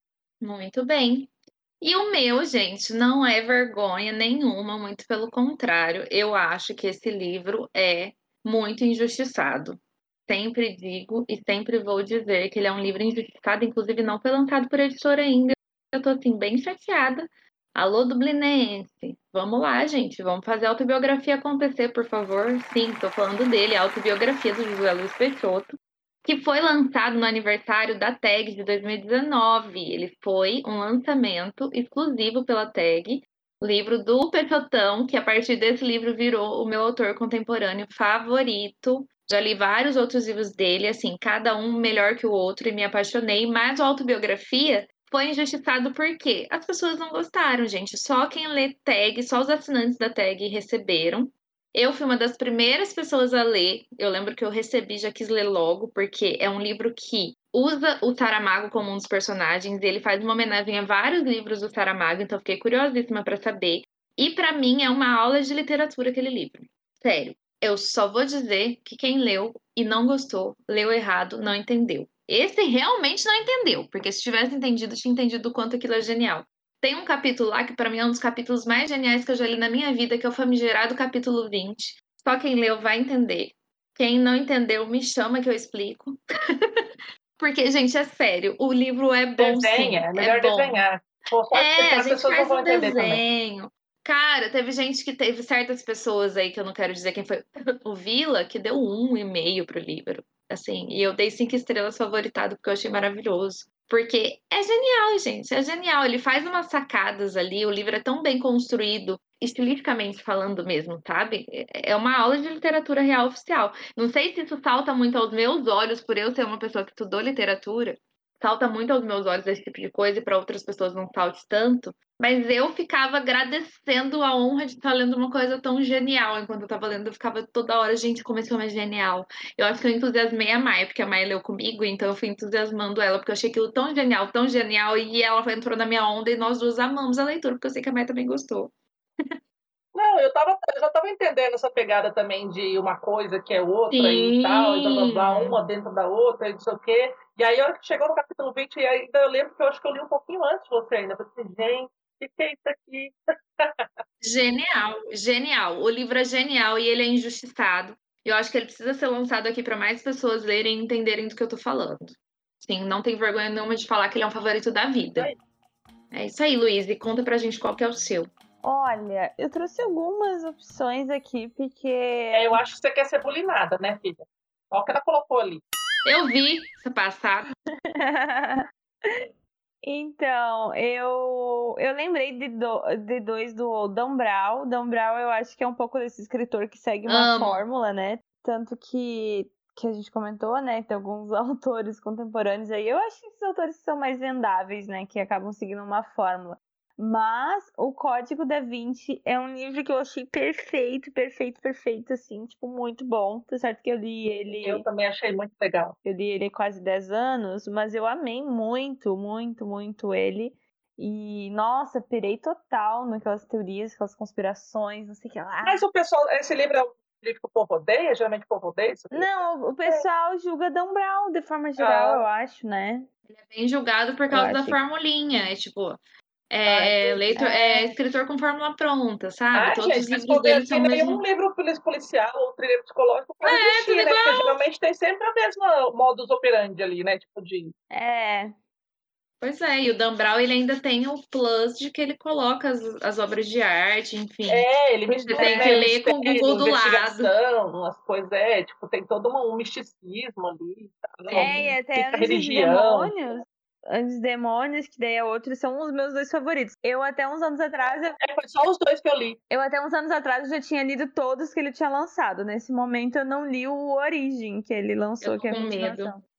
Muito bem. E o meu, gente, não é vergonha nenhuma, muito pelo contrário. Eu acho que esse livro é muito injustiçado. Sempre digo e sempre vou dizer que ele é um livro injustiçado, inclusive não foi lançado por editora ainda. Eu tô, assim, bem chateada. Alô, dublinense. Vamos lá, gente. Vamos fazer a autobiografia acontecer, por favor. Sim, tô falando dele, a autobiografia do José Luiz Peixoto, que foi lançado no aniversário da T A G de dois mil e dezenove. Ele foi um lançamento exclusivo pela T A G, o livro do Peixotão, que a partir desse livro virou o meu autor contemporâneo favorito. Já li vários outros livros dele, assim, cada um melhor que o outro, e me apaixonei, mas a autobiografia foi injustiçado porque as pessoas não gostaram, gente. Só quem lê T A G, só os assinantes da T A G receberam. Eu fui uma das primeiras pessoas a ler. Eu lembro que eu recebi, já quis ler logo, porque é um livro que usa o Saramago como um dos personagens. E ele faz uma homenagem a vários livros do Saramago, então fiquei curiosíssima para saber. E para mim é uma aula de literatura aquele livro. Sério. Eu só vou dizer que quem leu e não gostou, leu errado, não entendeu. Esse realmente não entendeu, porque se tivesse entendido, tinha entendido o quanto aquilo é genial. Tem um capítulo lá que para mim é um dos capítulos mais geniais que eu já li na minha vida, que é o famigerado capítulo vinte. Só quem leu vai entender. Quem não entendeu, me chama que eu explico. Porque, gente, é sério, o livro é bom. Desenha, sim, é melhor é bom. desenhar. Pô, só É, explicar, a as gente pessoas não faz vão um entender também. desenho. Cara, teve gente que teve certas pessoas aí, que eu não quero dizer quem foi, o Vila, que deu um e meio pro livro. Assim, e eu dei cinco estrelas favoritado, porque eu achei maravilhoso. Porque é genial, gente, é genial. Ele faz umas sacadas ali, o livro é tão bem construído, estilisticamente falando mesmo, sabe? É uma aula de literatura real oficial. Não sei se isso salta muito aos meus olhos, por eu ser uma pessoa que estudou literatura, salta muito aos meus olhos esse tipo de coisa, e para outras pessoas não salte tanto. Mas eu ficava agradecendo a honra de estar lendo uma coisa tão genial. Enquanto eu estava lendo, eu ficava toda hora, gente, como esse homem é genial. Eu acho que eu entusiasmei a Maia, porque a Maia leu comigo, então eu fui entusiasmando ela, porque eu achei aquilo tão genial, tão genial, e ela entrou na minha onda, e nós duas amamos a leitura, porque eu sei que a Maia também gostou. Não, eu, tava, eu já estava entendendo essa pegada também de uma coisa que é outra Sim. e tal, e blá blá blá, uma dentro da outra, e não sei o quê. E aí, a hora que chegou no capítulo vinte, e ainda eu lembro que eu acho que eu li um pouquinho antes de você ainda. Eu falei assim, gente, o que, que é isso aqui? Genial, genial. O livro é genial e ele é injustiçado. Eu acho que ele precisa ser lançado aqui para mais pessoas lerem e entenderem do que eu tô falando. Sim, não tem vergonha nenhuma de falar que ele é um favorito da vida. É isso aí, Luiz. E conta pra gente qual que é o seu. Olha, eu trouxe algumas opções aqui, porque... É, eu acho que você quer ser bulinada, né, filha? Olha o que ela colocou ali. Eu vi essa passada. Então, eu, eu lembrei de, do, de dois do Dan Brown. Dan Brown, eu acho que é um pouco desse escritor que segue uma Amo. fórmula, né? Tanto que, que a gente comentou, né? Tem alguns autores contemporâneos aí. Eu acho que esses autores são mais vendáveis, né? Que acabam seguindo uma fórmula. Mas o Código da Vinci é um livro que eu achei perfeito, perfeito, perfeito, assim, tipo, muito bom. Tá certo que eu li ele... Eu também achei muito legal. Eu li ele há quase dez anos, mas eu amei muito, muito, muito ele. E, nossa, pirei total naquelas teorias, aquelas conspirações, não sei o que lá. Mas o pessoal, esse livro é um livro que o povo odeia? Geralmente o povo odeia isso? Não, o pessoal é. julga Dan Brown, de forma geral, ah. eu acho, né? Ele é bem julgado por causa da formulinha. É tipo... É, ah, leitor, é. é escritor com fórmula pronta, sabe? Ah, Todos gente, os livros dele assim, são nenhum mesmo... livro policial ou thriller psicológico pode é, existir, né? igual. Porque geralmente tem sempre a mesma modus operandi ali, né? Tipo de... É. Pois é, e o Dan Brown, ele ainda tem o plus de que ele coloca as, as obras de arte, enfim. É, ele Você tem que ler com o Google do lado. Umas coisas, é, tipo, tem todo um misticismo ali. Tá? É, e até Anjos e Demônios, Anjos e Demônios, que daí é outro, são os meus dois favoritos. Eu até uns anos atrás... Eu... É, foi só os dois que eu li. Eu até uns anos atrás eu já tinha lido todos que ele tinha lançado. Nesse momento eu não li o Origem, que ele lançou, eu tô que é a com medo.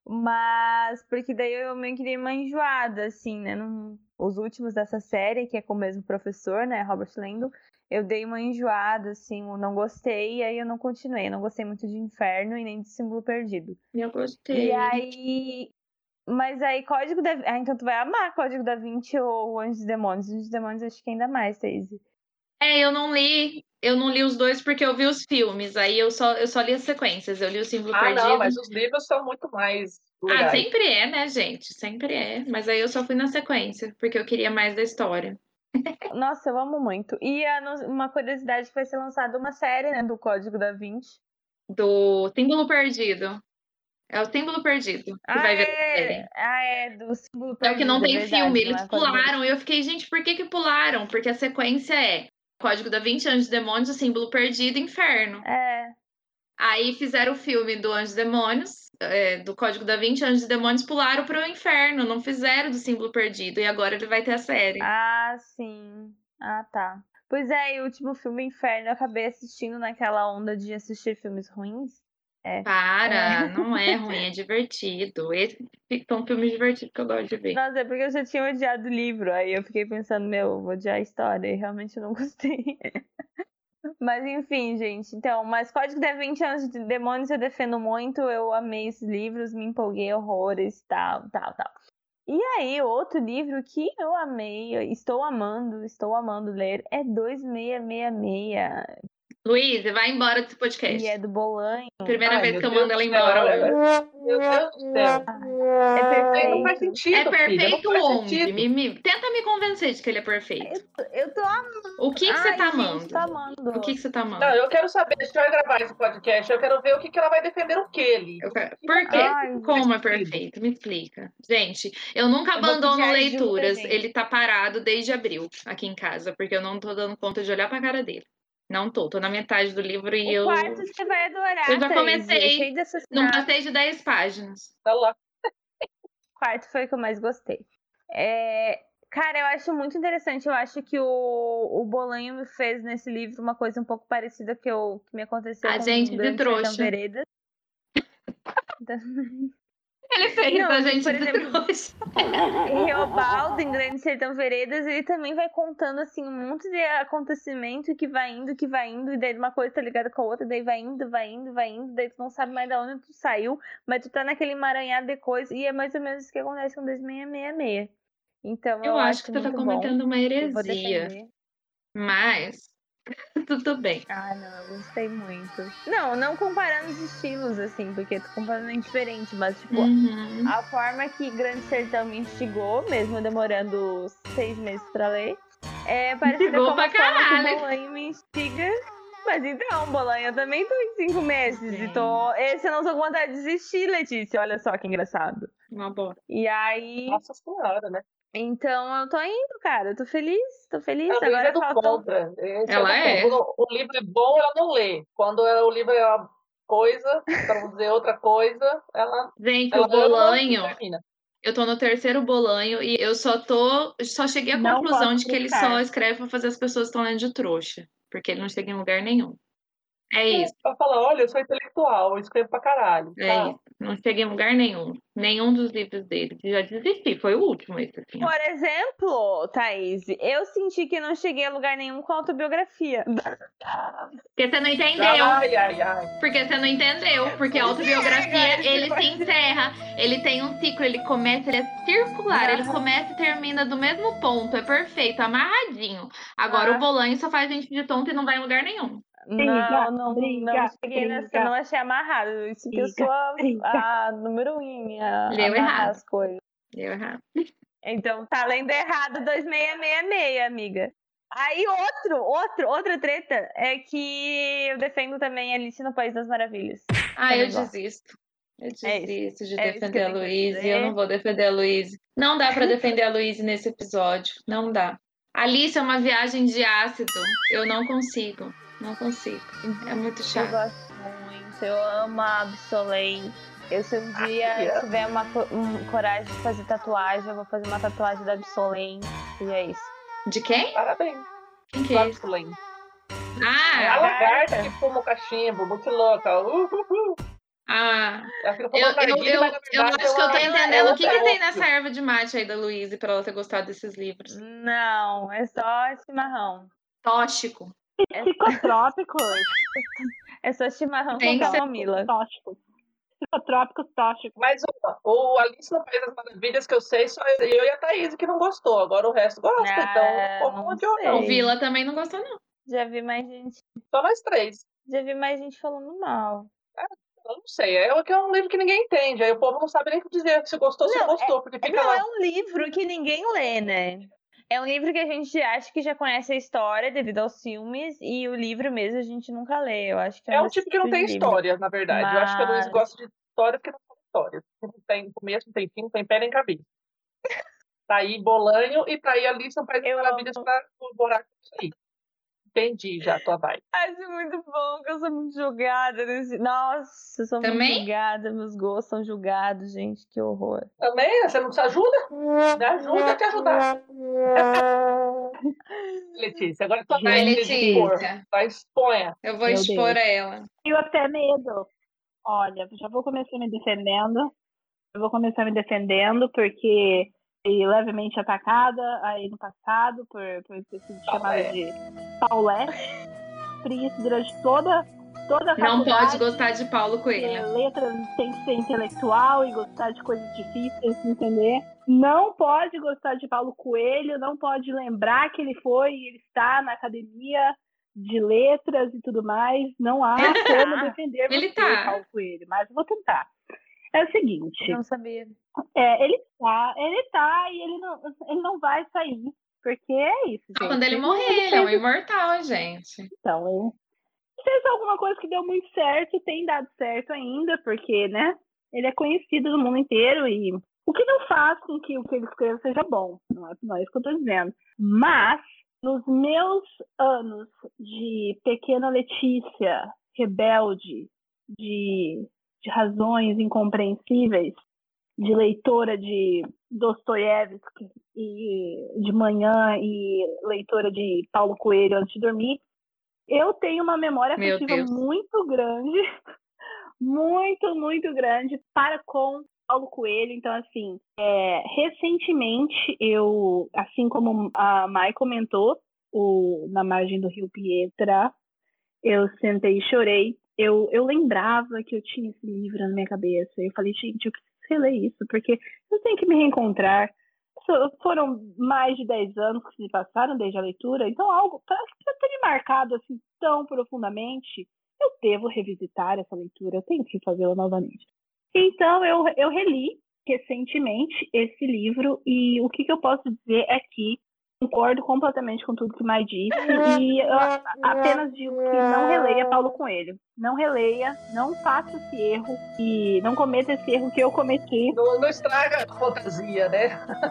Mas, porque daí eu meio que dei uma enjoada, assim, né? Num, os últimos dessa série, que é com o mesmo professor, né? Robert Landon. Eu dei uma enjoada, assim, eu não gostei, e aí eu não continuei. Eu não gostei muito de Inferno e nem de Símbolo Perdido. Eu gostei. E aí... Mas aí, Código da... Ah, então tu vai amar Código da Vinci ou Anjos e Demônios. Anjos e Demônios acho que ainda mais, Thaís. É, eu não li, eu não li os dois porque eu vi os filmes, aí eu só, eu só li as sequências, eu li o Símbolo Ah, Perdido. não, mas os livros são muito mais legais. Ah, sempre é, né, gente? Sempre é. Mas aí eu só fui na sequência, porque eu queria mais da história. Nossa, eu amo muito. E uma curiosidade que vai ser lançada uma série, né, do Código da Vinci. Do Símbolo Perdido. É o Símbolo Perdido que ah, vai ver é... a série. Ah, é, do Símbolo Perdido. É o que não tem é verdade, filme, não eles é pularam. E eu fiquei, gente, por que que pularam? Porque a sequência é Código da Vinci, Anjos e Demônios, o Símbolo Perdido e Inferno. É. Aí fizeram o filme do Anjos e Demônios, é, do Código da Vinci, Anjos e Demônios pularam pro Inferno, não fizeram do Símbolo Perdido. E agora ele vai ter a série. Ah, sim. Ah, tá. Pois é, e o último filme, Inferno, eu acabei assistindo naquela onda de assistir filmes ruins. É. Para, É. não é ruim, é divertido. Esses são filmes divertidos que eu gosto de ver. Nossa, é porque eu já tinha odiado o livro, aí eu fiquei pensando, meu, vou odiar a história, e realmente eu não gostei. Mas enfim, gente, então, mas Código da Vinci, Anjos e Demônios eu defendo muito, eu amei esses livros, me empolguei horrores, tal, tal, tal. E aí, outro livro que eu amei, estou amando, estou amando ler, é dois seis seis seis. Luiz, vai embora desse podcast. E é do Bolanho. Primeira Ai, vez meu que eu Deus mando ela do embora céu, hoje. Meu Deus do céu. É perfeito. Não faz sentido, É filha, perfeito não faz onde? sentido. Me, me- tenta me convencer de que ele é perfeito. Eu, eu tô amando. O que que você Ai, tá gente, amando? tô amando. O que que você tá amando? Não, eu quero saber, se vai gravar esse podcast, eu quero ver o que, que ela vai defender o quê, Li. Eu quero- Por quê? Ai, Como é gente. perfeito? Me explica. Gente, eu nunca Eu vou abandono pedir ajuda, leituras. gente. Ele tá parado desde abril aqui em casa, porque eu não tô dando conta de olhar pra cara dele. Não tô, tô na metade do livro e O eu. quarto você vai adorar, Eu já Thaís, comecei. é cheio de Não assassinato. passei de dez páginas. Tá lá. O quarto foi o que eu mais gostei. É, cara, eu acho muito interessante. Eu acho que o, o Bolanho me fez nesse livro uma coisa um pouco parecida que, eu, que me aconteceu A com gente de Grande Sertão trouxa. Veredas. Ele fez Não, a gente por de exemplo, trouxa. Reobaldo, em Grande Sertão Veredas, ele também vai contando assim um monte de acontecimento que vai indo, que vai indo, e daí uma coisa tá ligada com a outra, daí vai indo, vai indo, vai indo, daí tu não sabe mais de onde tu saiu, mas tu tá naquele emaranhado de coisas, e é mais ou menos isso que acontece com dois seis seis seis. Então eu, Eu acho que você tá muito cometendo bom. uma Eu vou heresia. defender. Mas tudo bem. Ah, não, eu gostei muito. Não, não comparando os estilos, assim, porque tô comparando diferente, mas, tipo, Uhum. a forma que Grande Sertão me instigou, mesmo demorando seis meses pra ler, é parecida Instigou com a pra forma que caralho. o Bolanho me instiga. Mas então, Bolanho, eu também tô em cinco meses Sim. e tô... Esse eu não tô com vontade de desistir, Letícia, olha só que engraçado. Uma boa. E aí, Nossa senhora, né? então eu tô indo, cara, eu tô feliz, tô feliz. A Luísa Agora é do faltam... contra. Esse Ela do contra. é. Quando o livro é bom, ela não lê. Quando ela- o livro é uma coisa, pra não dizer outra coisa, ela, Gente, ela o Bolanho, ama e termina. eu tô no terceiro Bolanho e eu só tô. Só cheguei à Não conclusão posso de que ele criticar. só escreve pra fazer as pessoas que estão lendo de trouxa. Porque ele não chega em lugar nenhum. É isso, Ela fala, olha, eu sou intelectual, eu escrevo pra caralho. é Tá? isso. Não chega em lugar nenhum. Nenhum dos livros dele. Já desisti, foi o último esse, assim. ó. Por exemplo, Thaís, eu senti que não cheguei a lugar nenhum com a autobiografia. Porque você não entendeu. Ai, ai, ai. Porque você não entendeu. Porque a autobiografia, ele se encerra. Ele tem um ciclo, ele começa, ele é circular. Ele começa e termina do mesmo ponto. É perfeito, amarradinho. Agora Ah. o Bolanho só faz gente de tonto e não vai em lugar nenhum. Briga, Não, não, briga, não cheguei nessa, briga. não achei amarrado. Isso que eu Briga, sou a, briga. a número um em a, Leu amarrar errado. as coisas. Deu errado. Então tá lendo errado dois seis seis seis, amiga. Aí outro, outro, outra treta é que eu defendo também Alice no País das Maravilhas. Ah, eu Também gosto. desisto. Eu É isso. desisto de É isso que defender eu a tenho pra Luísa. dizer. Eu não vou defender a Luísa. Não dá pra defender a Luísa nesse episódio. Não dá. Alice é uma viagem de ácido. Eu não consigo. Não consigo. É muito Eu chato. gosto muito, eu amo a Absolem. Eu, se um dia Ah, é? tiver uma co- um, coragem de fazer tatuagem, eu vou fazer uma tatuagem da Absolem. E é isso. De quem? Parabéns. Quem que é esse? Absolem. É Ah, a lagarta. lagarta que fuma o cachimbo, muito louca. Uh, uh, uh. Ah, Ela fica eu, falando eu, narguilha, eu, mas na eu verdade acho que eu tô ela é entendendo o que, outra que tem ópio. nessa erva de mate aí da Luísa pra ela ter gostado desses livros. Não, é só chimarrão. Tóxico. Psicotrópicos. É só chimarrão Tem com que ser- camomila. Tóxicos. Psicotrópicos tóxicos. Mas ó, o Alice no País das Maravilhas, que eu sei, só eu e a Thaís que não gostou. Agora o resto gosta, Ah, então não não odiou, sei. não. O Vila também não gostou, não. Já vi mais gente. Só nós três. Já vi mais gente falando mal. Eu não sei, é que é um livro que ninguém entende. Aí o povo não sabe nem dizer se gostou ou se não Não, gostou, porque fica Não, lá. é um livro que ninguém lê, né? É um livro que a gente acha que já conhece a história devido aos filmes, e o livro mesmo a gente nunca lê. Eu acho que é um, É um desses tipo que não tem livros. história, na verdade. Eu acho que a Luísa Mas- gosta de história porque não são histórias. Não tem começo, não tem fim, não tem pé nem cabeça. Tá aí Bolanho e tá aí Alice no País das Eu Maravilhas amo. pra corroborar com isso aí. Entendi já a tua vibe. Acho muito bom que eu sou muito julgada nesse. Nossa, eu sou muito Também? julgada, meus gostos são julgados, gente, que horror. Também? Você não se ajuda? Me ajuda a te ajudar. Letícia, agora é tua Vai, vez de expor. Letícia. Vai, exponha. Eu vou Meu expor Deus. ela. Tenho até medo. Olha, já vou começar me defendendo. Eu vou começar me defendendo porque fui levemente atacada aí no passado por, por ter sido chamada de Paulette. Por isso, durante toda, toda a Não faculdade, pode gostar de Paulo porque Coelho. letras tem que ser intelectual e gostar de coisas difíceis, entender? Não pode gostar de Paulo Coelho, não pode lembrar que ele foi, ele está na academia de letras e tudo mais. Não há Ele tá. como defender Ele você, tá. Paulo Coelho, mas eu vou tentar. É o seguinte, Não sabia. é, ele tá, ele tá e ele não, ele não vai sair, porque é isso, Só gente. quando ele Ele- morrer, ele ele é um fez- imortal, gente. Então, ele fez alguma coisa que deu muito certo e tem dado certo ainda, porque, né, ele é conhecido no mundo inteiro e o que não faz com que o que ele escreva seja bom, não é, não é isso que eu tô dizendo. Mas, nos meus anos de pequena Letícia, rebelde, de, de razões incompreensíveis, de leitora de Dostoiévski e de manhã e leitora de Paulo Coelho antes de dormir, eu tenho uma memória Meu afetiva Deus. muito grande, muito, muito grande para com Paulo Coelho. Então, assim, é, recentemente eu, assim como a Mai comentou, o, na margem do Rio Pietra, eu sentei e chorei. Eu, eu lembrava que eu tinha esse livro na minha cabeça. Eu falei, gente, eu preciso reler isso, porque eu tenho que me reencontrar. So- Foram mais de dez anos que se passaram desde a leitura, então algo para ter me marcado assim tão profundamente, eu devo revisitar essa leitura, eu tenho que fazê-la novamente. Então eu, eu reli recentemente esse livro e o que, que eu posso dizer é que concordo completamente com tudo que Mai disse e eu apenas digo que não releia Paulo Coelho. Não releia, não faça esse erro e não cometa esse erro que eu cometi. Não, não estraga a fantasia, né?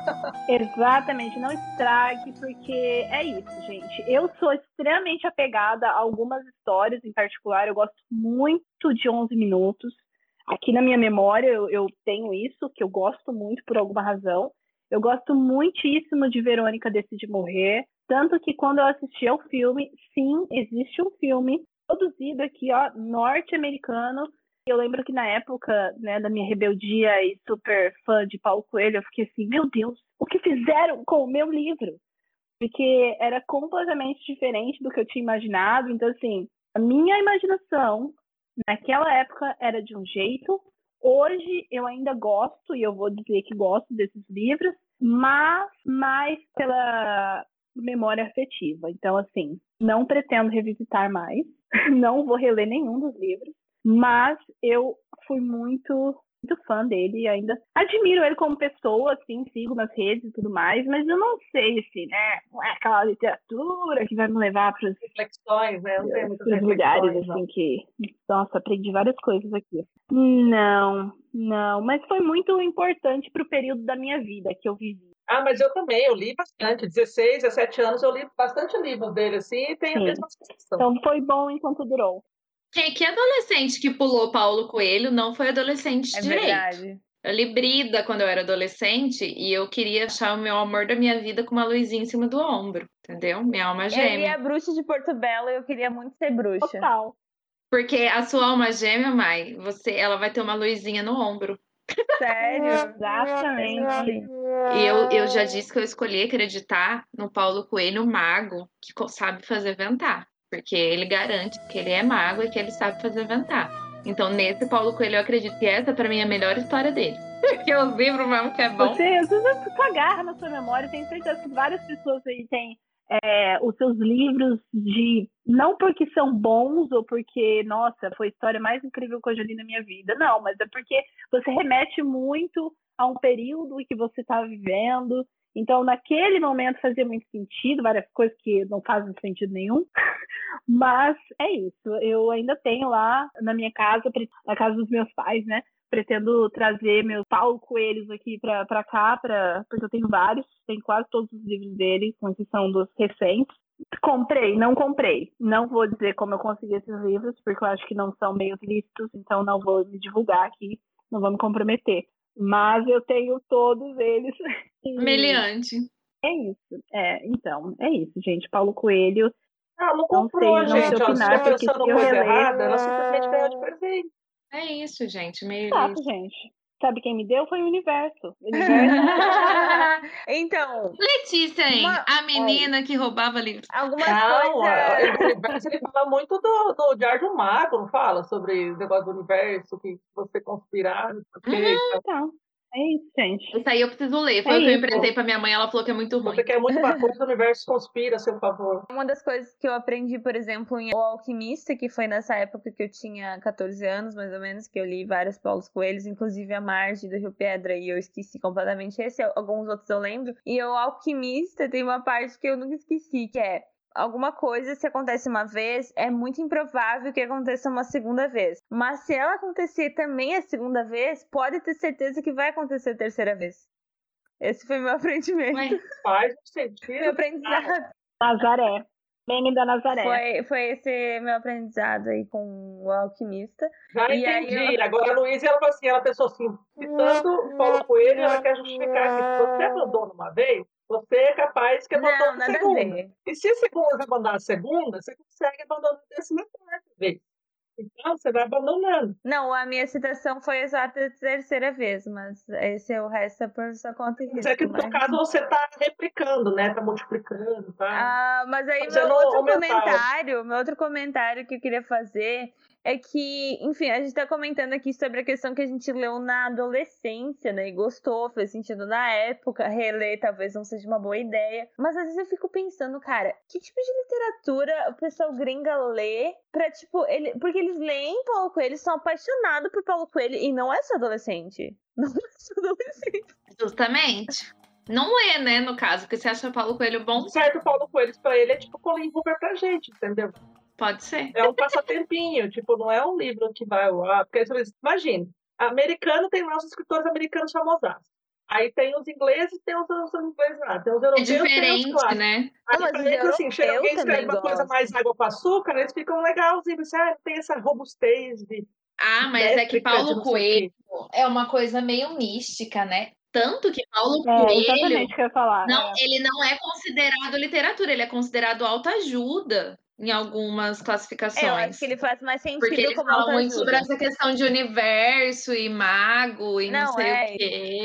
Exatamente, não estrague, porque é isso, gente. Eu sou extremamente apegada a algumas histórias em particular, eu gosto muito de onze minutos. Aqui na minha memória eu, eu tenho isso, que eu gosto muito por alguma razão. Eu gosto muitíssimo de Verônica Decide Morrer, tanto que quando eu assisti ao filme, sim, existe um filme produzido aqui, ó, norte-americano. Eu lembro que na época, né, da minha rebeldia e super fã de Paulo Coelho, eu fiquei assim, meu Deus, o que fizeram com o meu livro? Porque era completamente diferente do que eu tinha imaginado. Então, assim, a minha imaginação naquela época era de um jeito. Hoje eu ainda gosto, e eu vou dizer que gosto desses livros, mas mais pela memória afetiva. Então, assim, não pretendo revisitar mais, não vou reler nenhum dos livros, mas eu fui muito, muito fã dele e ainda admiro ele como pessoa, assim, sigo nas redes e tudo mais, mas eu não sei se, né, não é aquela literatura que vai me levar para os Reflexões, né? Não tem muitas os lugares, reflexões, não. assim, que... Nossa, aprendi várias coisas aqui. Não, não. Mas foi muito importante pro período da minha vida que eu vivi. Ah, mas eu também, eu li bastante. dezesseis, dezessete anos, eu li bastante livros dele, assim, e tem a Sim. mesma sensação. Então foi bom enquanto durou. Que, que adolescente que pulou Paulo Coelho não foi adolescente É direito. verdade. Eu li Brida quando eu era adolescente e eu queria achar o meu amor da minha vida com uma luzinha em cima do ombro, entendeu? Minha alma Eu li gêmea. A Bruxa de Porto Belo e eu queria muito ser bruxa. Total. Porque a sua alma gêmea, Mai, você, ela vai ter uma luzinha no ombro. Sério? Exatamente. E eu, eu já disse que eu escolhi acreditar no Paulo Coelho mago, que co- sabe fazer ventar. Porque ele garante que ele é mago e que ele sabe fazer ventar. Então, nesse Paulo Coelho, eu acredito que essa, pra mim, é a melhor história dele. Porque os livros mesmo que é bom. Você, você, você agarra na sua memória, tenho certeza que várias pessoas aí têm é, os seus livros de... Não porque são bons ou porque, nossa, foi a história mais incrível que eu já li na minha vida. Não, mas é porque você remete muito a um período que você está vivendo. Então, naquele momento fazia muito sentido, várias coisas que não fazem sentido nenhum. Mas é isso. Eu ainda tenho lá na minha casa, na casa dos meus pais, né? Pretendo trazer meus Paulo Coelhos aqui pra, pra cá, pra, porque eu tenho vários, tenho quase todos os livros dele, com exceção dos recentes. Comprei, não comprei. Não vou dizer como eu consegui esses livros, porque eu acho que não são meios lícitos, então não vou me divulgar aqui, não vou me comprometer. Mas eu tenho todos eles. Meliante. É isso. É, então, é isso, gente. Paulo Coelho. Ah, não Não comprou, sei, não sei gente. Ela opinar, está porque pensando se eu coisa reler... errada, ela simplesmente ganhou de presente. É isso, gente. Meio Exato, gente. Sabe quem me deu? Foi o universo. O universo. Então, Letícia, hein? Uma- A menina que roubava livros. algumas Não, coisas. o universo ele fala muito do, do Diário do Mago, não fala? Sobre o negócio do universo, que você conspirar, não sei o quê. Então, é isso, gente. Isso aí eu preciso ler. Foi É o que eu isso. emprestei pra minha mãe, ela falou que é muito ruim. Você quer muito uma coisa, o universo conspira a seu favor. Uma das coisas que eu aprendi, por exemplo, em O Alquimista, que foi nessa época que eu tinha catorze anos, mais ou menos, que eu li vários Paulos Coelhos, inclusive a Marge do Rio Pedra, e eu esqueci completamente esse, alguns outros eu lembro. E O Alquimista tem uma parte que eu nunca esqueci, que é: alguma coisa, se acontece uma vez, é muito improvável que aconteça uma segunda vez. Mas se ela acontecer também a segunda vez, pode ter certeza que vai acontecer a terceira vez. Esse foi meu aprendimento. Ué, Faz um sentido. Meu aprendizado. Nazaré. Meme da Nazaré. Foi, foi esse meu aprendizado aí com o Alquimista. Já E aí entendi. eu- Agora a Luísa, ela, assim, ela pensou assim, citando o Paulo Coelho, ela quer justificar que se você abandona uma vez, você é capaz que abandone Não, a nada a segunda. ver. E se a segunda abandonar a segunda, você consegue abandonar a décima quarta vez. Então, você vai abandonando. Não, a minha citação foi exata a terceira vez, mas esse é o resto é por sua conta e Mas é que risco. no seu Mas... caso você está replicando, né? Está multiplicando, tá? Ah, mas aí Fazendo meu outro o mental. comentário, meu outro comentário que eu queria fazer é que, enfim, a gente tá comentando aqui sobre a questão que a gente leu na adolescência, né? E gostou, fez sentido na época. Reler talvez não seja uma boa ideia. Mas às vezes eu fico pensando, cara, que tipo de literatura o pessoal gringa lê pra, tipo, ele... porque eles leem Paulo Coelho, são apaixonados por Paulo Coelho e não é só adolescente. Não é só adolescente. justamente. Não é, né, no caso, porque você acha Paulo Coelho bom? Certo, Paulo Coelho pra ele é tipo Colin Hoover pra gente, entendeu? Pode ser. É um passatempinho, tipo, não é um livro que vai lá. Porque, imagina, americano tem lá os escritores americanos famosos. Aí tem os ingleses, tem os, os ingleses lá. Tem os É europeus, tem os diferente, clássicos. né? Aí, Não, mas pra os eles, assim, chega alguém e europeus escreve uma também coisa gostam. mais água com açúcar, eles ficam legalzinhos. Assim, ah, tem essa robustez de. Ah, mas é que métrica de Paulo não sei o Coelho quê. é uma coisa meio mística, né? Tanto que Paulo É, Coelho, exatamente o que eu ia falar. não, é. ele não é considerado literatura, ele é considerado autoajuda em algumas classificações. É, eu acho que ele faz mais sentido Porque ele como fala muito sobre autoajuda. essa questão de universo e mago e não, Não, sei é, o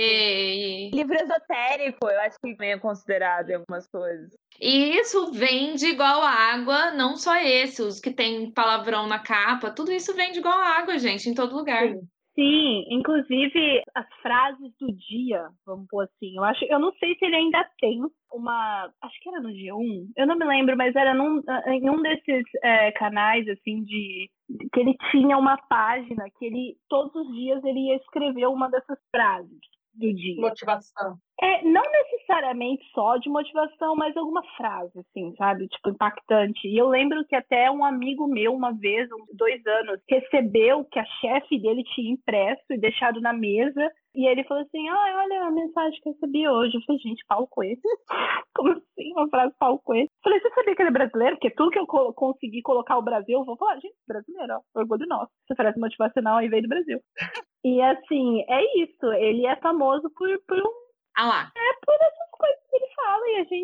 quê. E... livro esotérico, eu acho que também é considerado em algumas coisas. e isso vende igual água, não só esse, os que tem palavrão na capa, tudo isso vende igual água, gente, em todo lugar. Sim. Sim, inclusive as frases do dia, vamos pôr assim. Eu acho, eu não sei se ele ainda tem uma, acho que era no G um, eu não me lembro, mas era num, em um desses é, canais assim de que ele tinha uma página que ele todos os dias ele ia escrever uma dessas frases do dia. Motivação. É, não necessariamente só de motivação, mas alguma frase, assim, sabe? Tipo, impactante. E eu lembro que até um amigo meu, uma vez, uns dois anos, recebeu que a chefe dele tinha impresso e deixado na mesa. E ele falou assim, ah, olha a mensagem que eu recebi hoje. Eu falei, gente, Paulo Coelho? Como assim? Uma frase Paulo Coelho? Eu falei, você sabia que ele é brasileiro? Porque tudo que eu co- consegui colocar o Brasil, eu vou falar, gente, brasileiro, ó, orgulho nosso. Essa frase motivacional aí veio do Brasil. E assim, é isso. Ele é famoso por, por um Ah lá. é por essas coisas que ele fala e a gente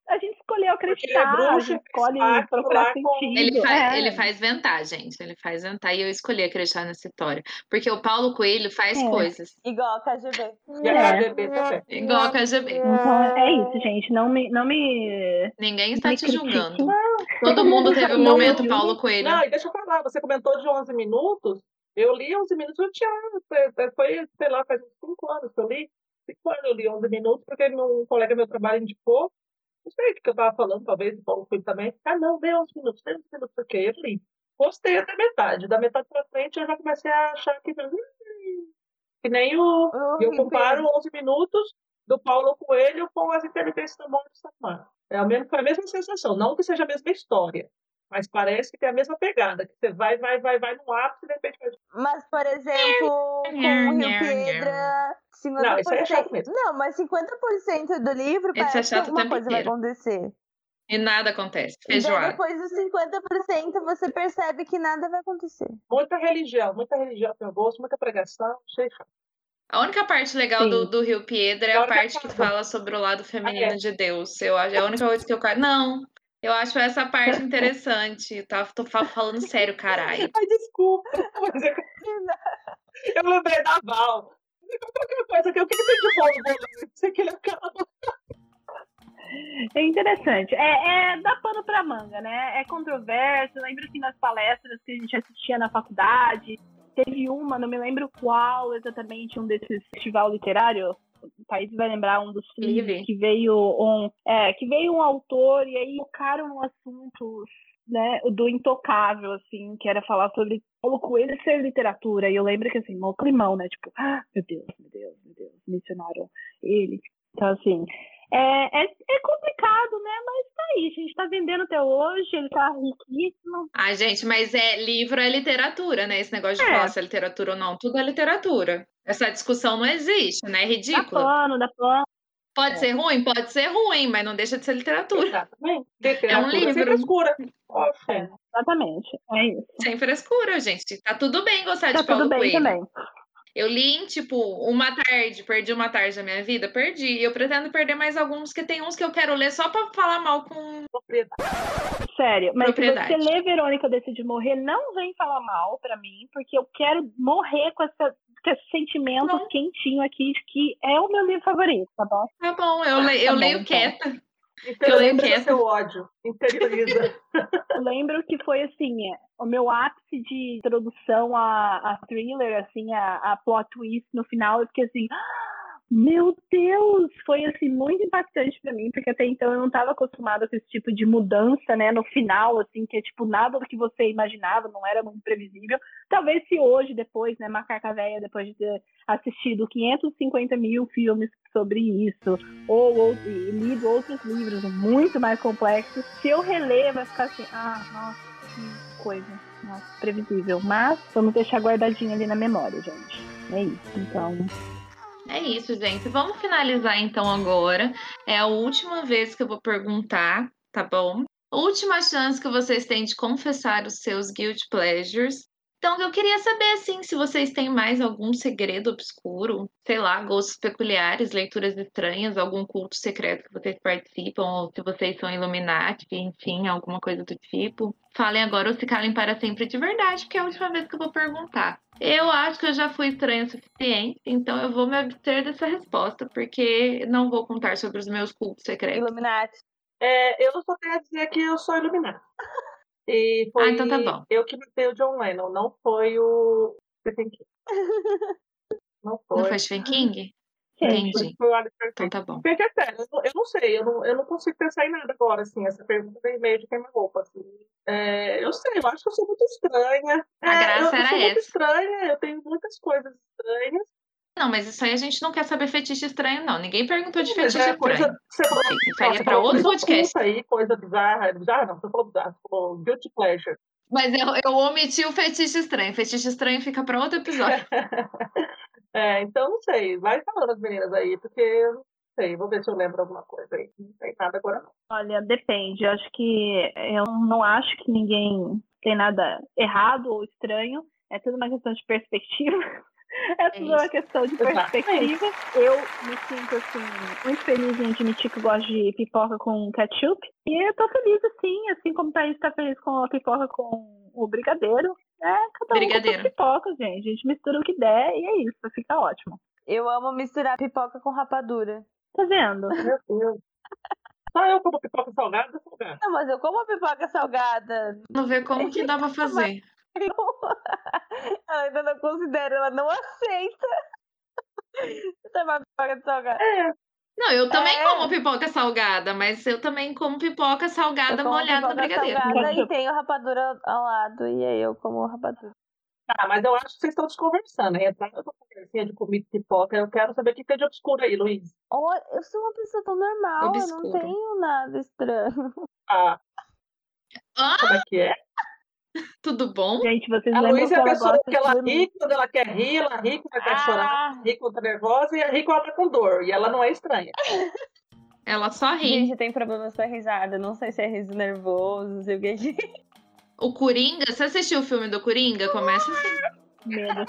a gente escolheu acreditar, Porque ele é bruxo, a gente escolhe faz pacto procurar lá com- sentido. Ele, fa é. ele faz ventar, gente. Ele faz ventar e eu escolhi acreditar nessa história. Porque o Paulo Coelho faz É. coisas. Igual a K G B. E a É. K G B também. Igual a K G B. Então é isso, gente. Não me, não me, Ninguém não está me te critiquem. julgando. Não, Todo mundo teve um Não, momento eu- Paulo Coelho. Não, e deixa eu falar, você comentou de onze minutos. Eu li onze minutos, eu tinha. Foi, sei lá, faz uns cinco anos que eu li. cinco anos eu li onze minutos, porque um colega meu trabalho indicou. Não sei o que eu estava falando, talvez o Paulo Coelho também. Ah, não, dê onze minutos, dê onze minutos, porque eu li. Gostei até metade. Da metade pra frente eu já comecei a achar que. hum, Que nem o. Oh, eu que comparo pena. onze minutos do Paulo Coelho com as intermitências do Monte Samar. É a mesma, foi a mesma sensação. Não que seja a mesma história, mas parece que tem a mesma pegada. Que você vai, vai, vai, vai no ápice e de repente vai. Mas, por exemplo, com o Rio Piedra, cinquenta por cento... Não, isso aí é chato mesmo. Não, mas cinquenta por cento do livro Esse é parece que chato o alguma tempo coisa vai inteiro. acontecer. E nada acontece. E daí Feijoada. depois dos cinquenta por cento você percebe que nada vai acontecer. Muita religião, muita religião pro meu gosto, muita pregação, cheio de chato. A única parte legal Sim. do, do Rio Piedra é Na a hora que parte que acaba. fala sobre o lado feminino Ah, é. de Deus. Eu acho, é a única coisa que eu quero. Não, eu acho essa parte interessante. Tá? Tô fa- falando sério, caralho. Ai, desculpa. Mas é que eu lembrei da Val. Qualquer coisa que o que que tem de bom no bolão? Você que ele acaba. É interessante. É, é dá pano pra manga, né? É controverso. Lembro que nas palestras que a gente assistia na faculdade, teve uma, não me lembro qual exatamente, um desses festival literário. O Thaís vai lembrar um dos Livre. filmes que veio um, é, que veio um autor e aí tocaram no assunto, né, do intocável, assim, que era falar sobre Paulo Coelho ser literatura. E eu lembro que assim, um climão, né? Tipo, ah, meu Deus, meu Deus, meu Deus, mencionaram ele. Então, assim, é, é, é complicado, né? Mas tá aí, a gente tá vendendo até hoje, ele tá riquíssimo. Ai, gente, mas é livro é literatura, né? Esse negócio de É. falar se é literatura ou não, tudo é literatura. Essa discussão não existe, né? É Dá ridícula. pano, dá pano. Pode É. ser ruim? Pode ser ruim, mas não deixa de ser literatura. Exatamente. É um Literatura sem livro. frescura. Oxe. Exatamente, é isso. Sem frescura, gente. Tá tudo bem gostar Tá de Paulo tudo bem Coelho. também. Eu li em, tipo, uma tarde, perdi uma tarde da minha vida, perdi. E eu pretendo perder mais alguns, que tem uns que eu quero ler só pra falar mal com Propriedade. Sério, mas se propriedade. você lê Verônica Decide Morrer, não vem falar mal pra mim, porque eu quero morrer com, essa, com esse sentimento Não. quentinho aqui de que é o meu livro favorito, tá bom? Tá bom, eu, le eu Tá bom, leio então. quieta. Então, Eu leio lembra do quieta. seu ódio. Interioriza. Eu lembro que foi assim, é, o meu ápice de introdução a, a thriller, assim, a, a plot twist no final, eu fiquei assim, "Ah, meu Deus!" Foi assim, muito impactante pra mim, porque até então eu não estava acostumada com esse tipo de mudança, né, no final, assim, que é tipo nada do que você imaginava, não era muito previsível. Talvez se hoje, depois, né, Macaca Véia, depois de ter assistido quinhentos e cinquenta mil filmes sobre isso, ou, ou e lido outros livros muito mais complexos, se eu reler, vai ficar assim, ah, nossa, que coisa, nossa, previsível. Mas vamos deixar guardadinho ali na memória, gente. É isso, então... É isso, gente. Vamos finalizar então agora. É a última vez que eu vou perguntar, tá bom? Última chance que vocês têm de confessar os seus guilty pleasures. Então, eu queria saber, assim, se vocês têm mais algum segredo obscuro, sei lá, gostos peculiares, leituras estranhas, algum culto secreto que vocês participam, ou se vocês são Illuminati, enfim, alguma coisa do tipo. Falem agora ou se calem para sempre de verdade, porque é a última vez que eu vou perguntar. Eu acho que eu já fui estranha o suficiente, então eu vou me abster dessa resposta, porque não vou contar sobre os meus cultos secretos. Illuminati. É, eu só tenho a dizer que eu sou iluminada. E foi Ah, então tá bom. eu que matei o John Lennon, não foi o Stephen King. Não foi. Não foi Stephen King? Sim. Entendi. Foi o Alistair Então Crowley. tá bom. Porque é sério, eu não, eu não sei, eu não, eu não consigo pensar em nada agora, assim, essa pergunta vem meio de queima-roupa, assim. É, eu sei, eu acho que eu sou muito estranha. A É, graça eu, eu era sou muito essa. estranha, eu tenho muitas coisas estranhas. Não, mas isso aí a gente não quer saber fetiche estranho, não. Ninguém perguntou de Mas fetiche é coisa. estranho. Você falou, Enfim, isso não, aí é você pra falou outro coisa podcast. oculta aí, coisa bizarra. Bizarra não, você falou bizarra, você falou guilty pleasure. Mas eu, eu omiti o fetiche estranho. Fetiche estranho fica pra outro episódio. É, então não sei, vai falando as meninas aí, porque eu não sei, vou ver se eu lembro alguma coisa aí. Não tem nada agora não. Olha, depende. Eu acho que eu não acho que ninguém tem nada errado ou estranho. É tudo uma questão de perspectiva. É tudo uma questão de perspectiva. Eu me sinto, assim, muito feliz em admitir que eu gosto de pipoca com ketchup. E eu tô feliz, assim, assim como o Thaís tá feliz com a pipoca com o brigadeiro. É, cada um Brigadeiro. com a pipoca, gente. A gente mistura o que der e é isso, fica ótimo. Eu amo misturar pipoca com rapadura. Tá vendo? Meu Deus. Só eu como pipoca salgada ou salgada? Não, mas eu como a pipoca salgada. Vamos ver como que dá pra fazer. Ela ainda não considera, ela não aceita tomar pipoca salgada. É. Não, eu também É. como pipoca salgada, mas eu também como pipoca salgada Eu como molhada no pipoca brigadeiro. salgada e tenho rapadura ao lado, e aí eu como rapadura. Tá, mas eu acho que vocês estão desconversando. Entrar nessa conversinha de comida e pipoca, eu quero saber o que tem de obscuro aí, Luiz. Oh, eu sou uma pessoa tão normal, eu Obscuro. não tenho nada estranho. Ah, Ah, como é que é? tudo bom? Gente, vocês A lembram que Luísa é a ela pessoa gosta que ela de dormir. ri quando ela quer rir, ela ri quando ela quer Ah. chorar, ri quando tá nervosa e ri quando ela tá com dor. E ela não é estranha. Ela só ri. Gente, tem problemas com a risada, não sei se é riso nervoso, não sei o que que O Coringa, você assistiu o filme do Coringa? Começa assim. Medo.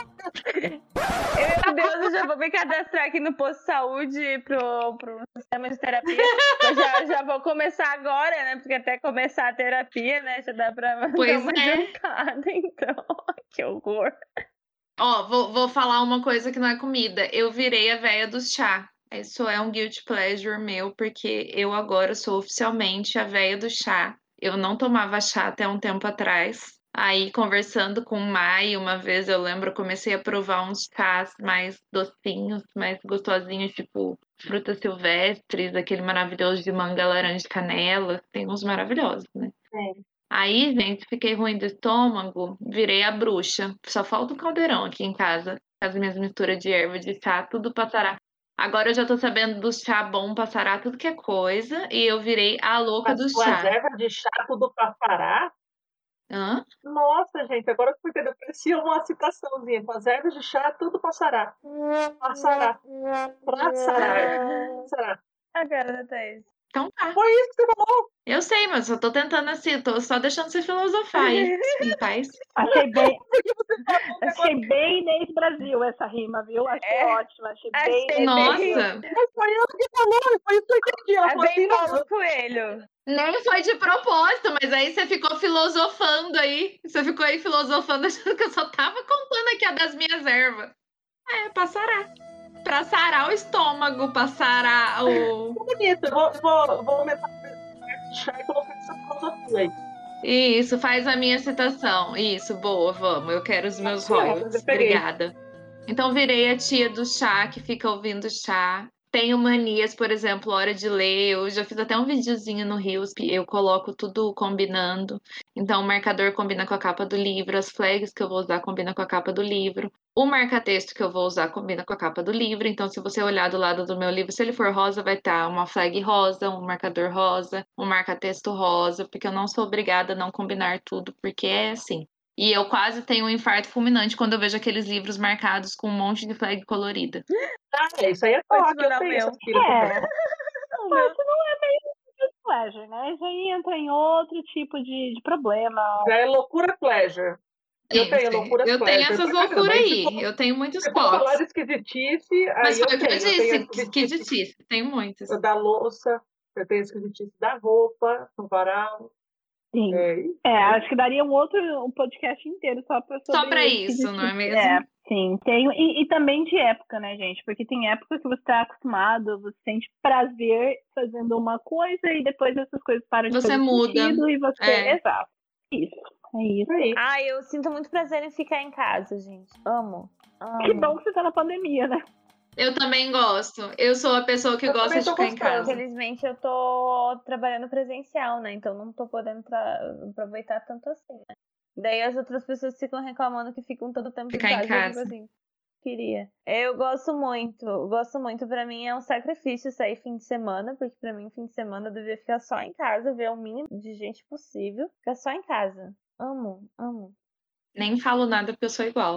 Meu Deus, eu já vou me cadastrar aqui no posto de saúde pro, pro sistema de terapia. Eu já, já vou começar agora, né? Porque até começar a terapia, né? Já dá pra Pois dar uma é. adiantada, então. Que horror. Ó, vou, vou falar uma coisa que não é comida. Eu virei a véia do chá. Isso é um guilty pleasure meu, porque eu agora sou oficialmente a véia do chá. Eu não tomava chá até um tempo atrás. Aí, conversando com o Mai, uma vez eu lembro, eu comecei a provar uns chás mais docinhos, mais gostosinhos, tipo frutas silvestres, aquele maravilhoso de manga, laranja e canela. Tem uns maravilhosos, né? É. Aí, gente, fiquei ruim do estômago, virei a bruxa. Só falta o caldeirão aqui em casa. As minhas misturas de erva, de chá, tudo passará. Agora eu já tô sabendo do chá bom passará tudo que é coisa. E eu virei a louca do Mas com as chá. ervas de chá tudo pra parar? Hã? Nossa, gente, agora que eu entendo, parecia uma citaçãozinha. Com as ervas de chá tudo passará. Passará. Passará. Passará. A cara da Thaís. Então tá. Foi isso que você falou? Eu sei, mas eu tô tentando assim, tô só deixando você filosofar aí. Em paz. Achei bem, Porque você falou um negócio. achei bem Inês Brasil essa rima, viu? Achei É. ótima, achei Achei bem bem. Nossa, Mas foi ela que falou, foi isso que eu entendi. Ela É falou assim, bem não, Paulo Coelho. nem foi de propósito, mas aí você ficou filosofando aí. Você ficou aí filosofando, achando que eu só tava contando aqui a das minhas ervas. É, passará. Pra sarar o estômago, pra sarar o. bonito. Eu vou, eu vou, eu vou aumentar o chá e colocar essa filosofia aí. Isso, faz a minha citação. Isso, boa, vamos. Eu quero os meus Tá certo, royalties. eu peguei. Obrigada. Então virei a tia do chá que fica ouvindo chá. Tenho manias, por exemplo, hora de ler. Eu já fiz até um videozinho no Reels que eu coloco tudo combinando. Então o marcador combina com a capa do livro, as flags que eu vou usar combina com a capa do livro. O marca-texto que eu vou usar combina com a capa do livro. Então, se você olhar do lado do meu livro, se ele for rosa, vai estar uma flag rosa, um marcador rosa, um marca-texto rosa, porque eu não sou obrigada a não combinar tudo, porque é assim. E eu quase tenho um infarto fulminante quando eu vejo aqueles livros marcados com um monte de flag colorida. Ah, isso aí é Pode toque, eu mandar o tenho meu. essas pilhas É, também. O meu. mas não é bem guilty pleasure, né? Já entra em outro tipo de, de problema. Já é loucura pleasure. Eu Sim, tenho sim. loucura Eu pleasure. tenho essas pra caramba. loucuras Aí, se aí. for- Eu tenho muitos Se for falar potes. de esquisitice, aí Mas eu foi o que eu tenho. Eu tenho a disse, esquisitice esquisitice. Tem muitos. da louça, eu tenho a esquisitice da roupa, no varal. Sim. É, e- É, acho que daria um outro um podcast inteiro só pra Só sobre pra esse isso, não é tipo- mesmo? É, sim, tenho. E, e também de época, né, gente? Porque tem época que você tá acostumado, você sente prazer fazendo uma coisa e depois essas coisas param de Você fazer muda. sentido e você. É. Exato. Isso. É isso. aí. Ai, eu sinto muito prazer em ficar em casa, gente. Amo. Amo. Que bom que você tá na pandemia, né? Eu também gosto. Eu sou a pessoa que Eu gosta também de tô ficar em gostando. casa. Infelizmente, eu tô trabalhando presencial, né? Então não tô podendo tra- aproveitar tanto assim, né? Daí as outras pessoas ficam reclamando que ficam todo tempo Ficar em em casa. Eu casa. fico assim, queria. Eu gosto muito, eu gosto muito. Pra mim é um sacrifício sair fim de semana, porque pra mim fim de semana eu devia ficar só em casa, ver o mínimo de gente possível. Ficar só em casa. Amo, amo. Nem falo nada porque eu sou igual.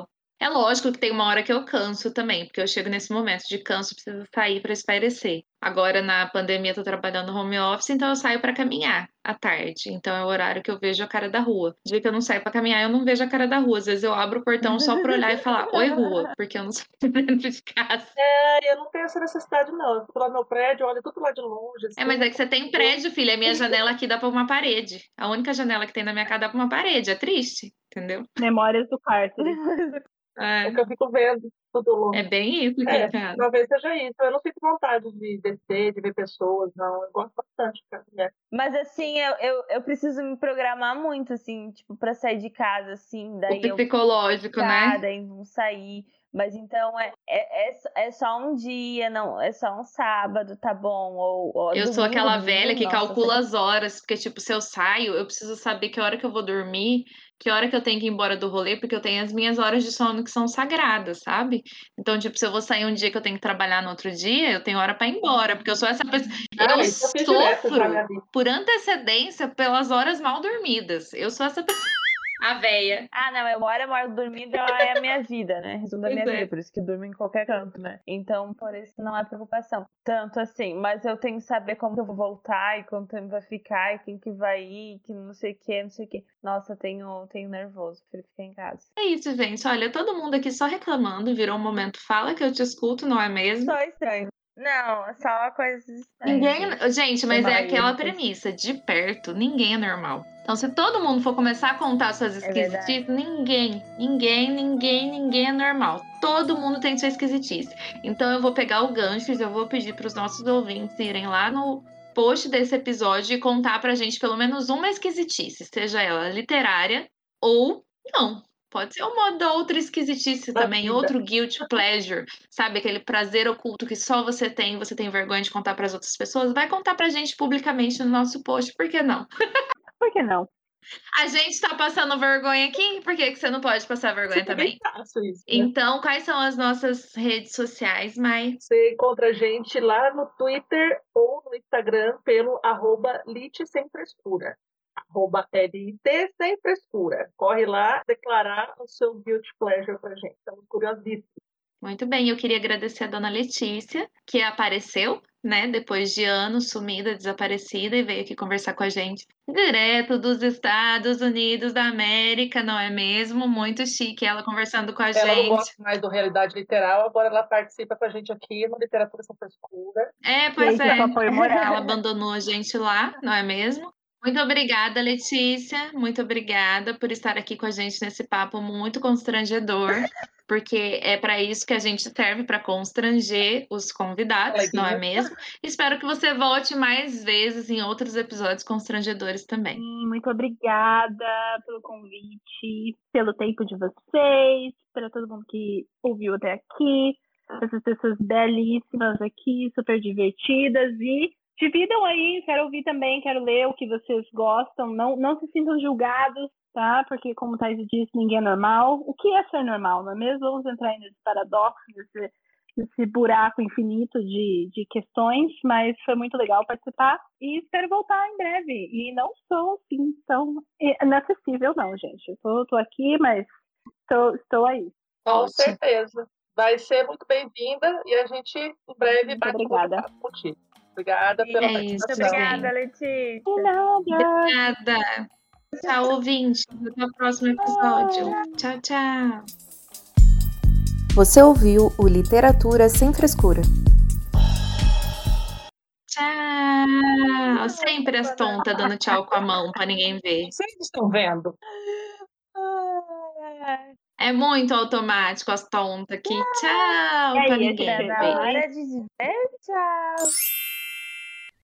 É lógico que tem uma hora que eu canso também, porque eu chego nesse momento de canso, preciso sair para espairecer. Agora, na pandemia, eu tô trabalhando no home office, então eu saio para caminhar à tarde. Então é o horário que eu vejo a cara da rua. Dia que eu não saio para caminhar, eu não vejo a cara da rua. Às vezes eu abro o portão só para olhar e falar, oi, rua, porque eu não saio dentro de casa. É, eu não tenho essa necessidade, não. Eu fico lá no meu prédio, olho tudo lá de longe. Assim, É, mas é que você tem prédio, filha. A minha janela aqui dá pra uma parede. A única janela que tem na minha casa dá pra uma parede. É triste, entendeu? Memórias do cárcere. É, É o que eu fico vendo tudo longe. é bem isso aqui É, em casa. talvez seja isso. Eu não sinto vontade de descer, de ver pessoas, não. Eu gosto bastante de caminhar. Mas assim, eu, eu, eu preciso me programar muito, assim, tipo, pra sair de casa, assim, O daí eu psicológico, ficar, né? daí não sair. Mas então é, é, é, é só um dia, não, é só um sábado, tá bom? Ou, ou Eu sou domingo, aquela domingo, velha que nossa, calcula só as horas, porque, tipo, se eu saio, eu preciso saber que hora que eu vou dormir, que hora que eu tenho que ir embora do rolê, porque eu tenho as minhas horas de sono que são sagradas, sabe? Então, tipo, se eu vou sair um dia que eu tenho que trabalhar no outro dia, eu tenho hora pra ir embora, porque eu sou essa pessoa. Eu Ah, isso eu fiz direto já, sofro minha vida. por antecedência pelas horas mal dormidas. Eu sou essa pessoa. A véia. Ah, não, eu moro, eu moro dormindo, é a minha vida, né? Resumo da Pois minha é. vida, por isso que eu durmo em qualquer canto, né? Então, por isso não é preocupação. Tanto assim, mas eu tenho que saber como que eu vou voltar e quanto tempo vai ficar e quem que vai ir, que não sei o que, não sei o que. Nossa, eu tenho, tenho nervoso, prefiro ficar em casa. É isso, gente. Olha, todo mundo aqui só reclamando, virou um momento fala que eu te escuto, não é mesmo? Só estranho. Não, é só coisas estranhas. Ninguém, gente. gente, mas é Normal, aquela eu- premissa, de perto, ninguém é normal. Então, se todo mundo for começar a contar suas É verdade. esquisitices, ninguém, ninguém, ninguém, ninguém é normal. Todo mundo tem sua esquisitice. Então, eu vou pegar o gancho e eu vou pedir para os nossos ouvintes irem lá no post desse episódio e contar pra gente pelo menos uma esquisitice, seja ela literária ou não. Pode ser uma ou outra esquisitice Da também, vida. outro guilty pleasure, sabe? Aquele prazer oculto que só você tem, você tem vergonha de contar para as outras pessoas. Vai contar pra gente publicamente no nosso post, por que não? Por que não? A gente tá passando vergonha aqui, por que que você não pode passar vergonha também? Eu faço isso, né? Então, quais são as nossas redes sociais, Mai? Você encontra a gente lá no Twitter ou no Instagram pelo arroba Lite Sem Frescura. Arroba L I T Sem Frescura. Corre lá declarar o seu guilty pleasure pra gente. Estamos curiosíssimos. Muito bem, eu queria agradecer a dona Letícia, que apareceu, né, depois de anos sumida, desaparecida, e veio aqui conversar com a gente direto dos Estados Unidos da América, não é mesmo? Muito chique ela conversando com a Ela não gente. gosta mais do Realidade Literal, agora ela participa com a gente aqui no Literatura Sem Frescura. É, pois Gente, é. só apoio moral. Ela abandonou a gente lá, não é mesmo? Muito obrigada, Letícia. Muito obrigada por estar aqui com a gente nesse papo muito constrangedor, porque é para isso que a gente serve, para constranger os convidados, não é mesmo? Espero que você volte mais vezes em outros episódios constrangedores também. Sim, muito obrigada pelo convite, pelo tempo de vocês, para todo mundo que ouviu até aqui, essas pessoas belíssimas aqui, super divertidas, e dividam aí, quero ouvir também, quero ler o que vocês gostam, não, não se sintam julgados, tá? Porque, como o Thais disse, ninguém é normal. O que é ser normal, não é mesmo? Vamos entrar aí nesse paradoxo, nesse, nesse buraco infinito de, de questões, mas foi muito legal participar e espero voltar em breve. E não sou, assim, tão inacessível, não, gente. Eu tô, tô aqui, mas tô, estou aí. Com certeza. Vai ser muito bem-vinda e a gente, em breve, Muito bate um obrigada. papo contigo. Obrigada pela É isso, participação. Obrigada, Letícia. De nada. Obrigada. Tchau, ouvintes. Até o próximo episódio. Tchau, tchau. Você ouviu o Literatura Sem Frescura. Tchau. Sempre as tontas dando tchau com a mão pra ninguém ver. Vocês estão vendo? É muito automático as tontas aqui. Tchau E aí, pra a ninguém gente Tá ver. na hora de dizer tchau.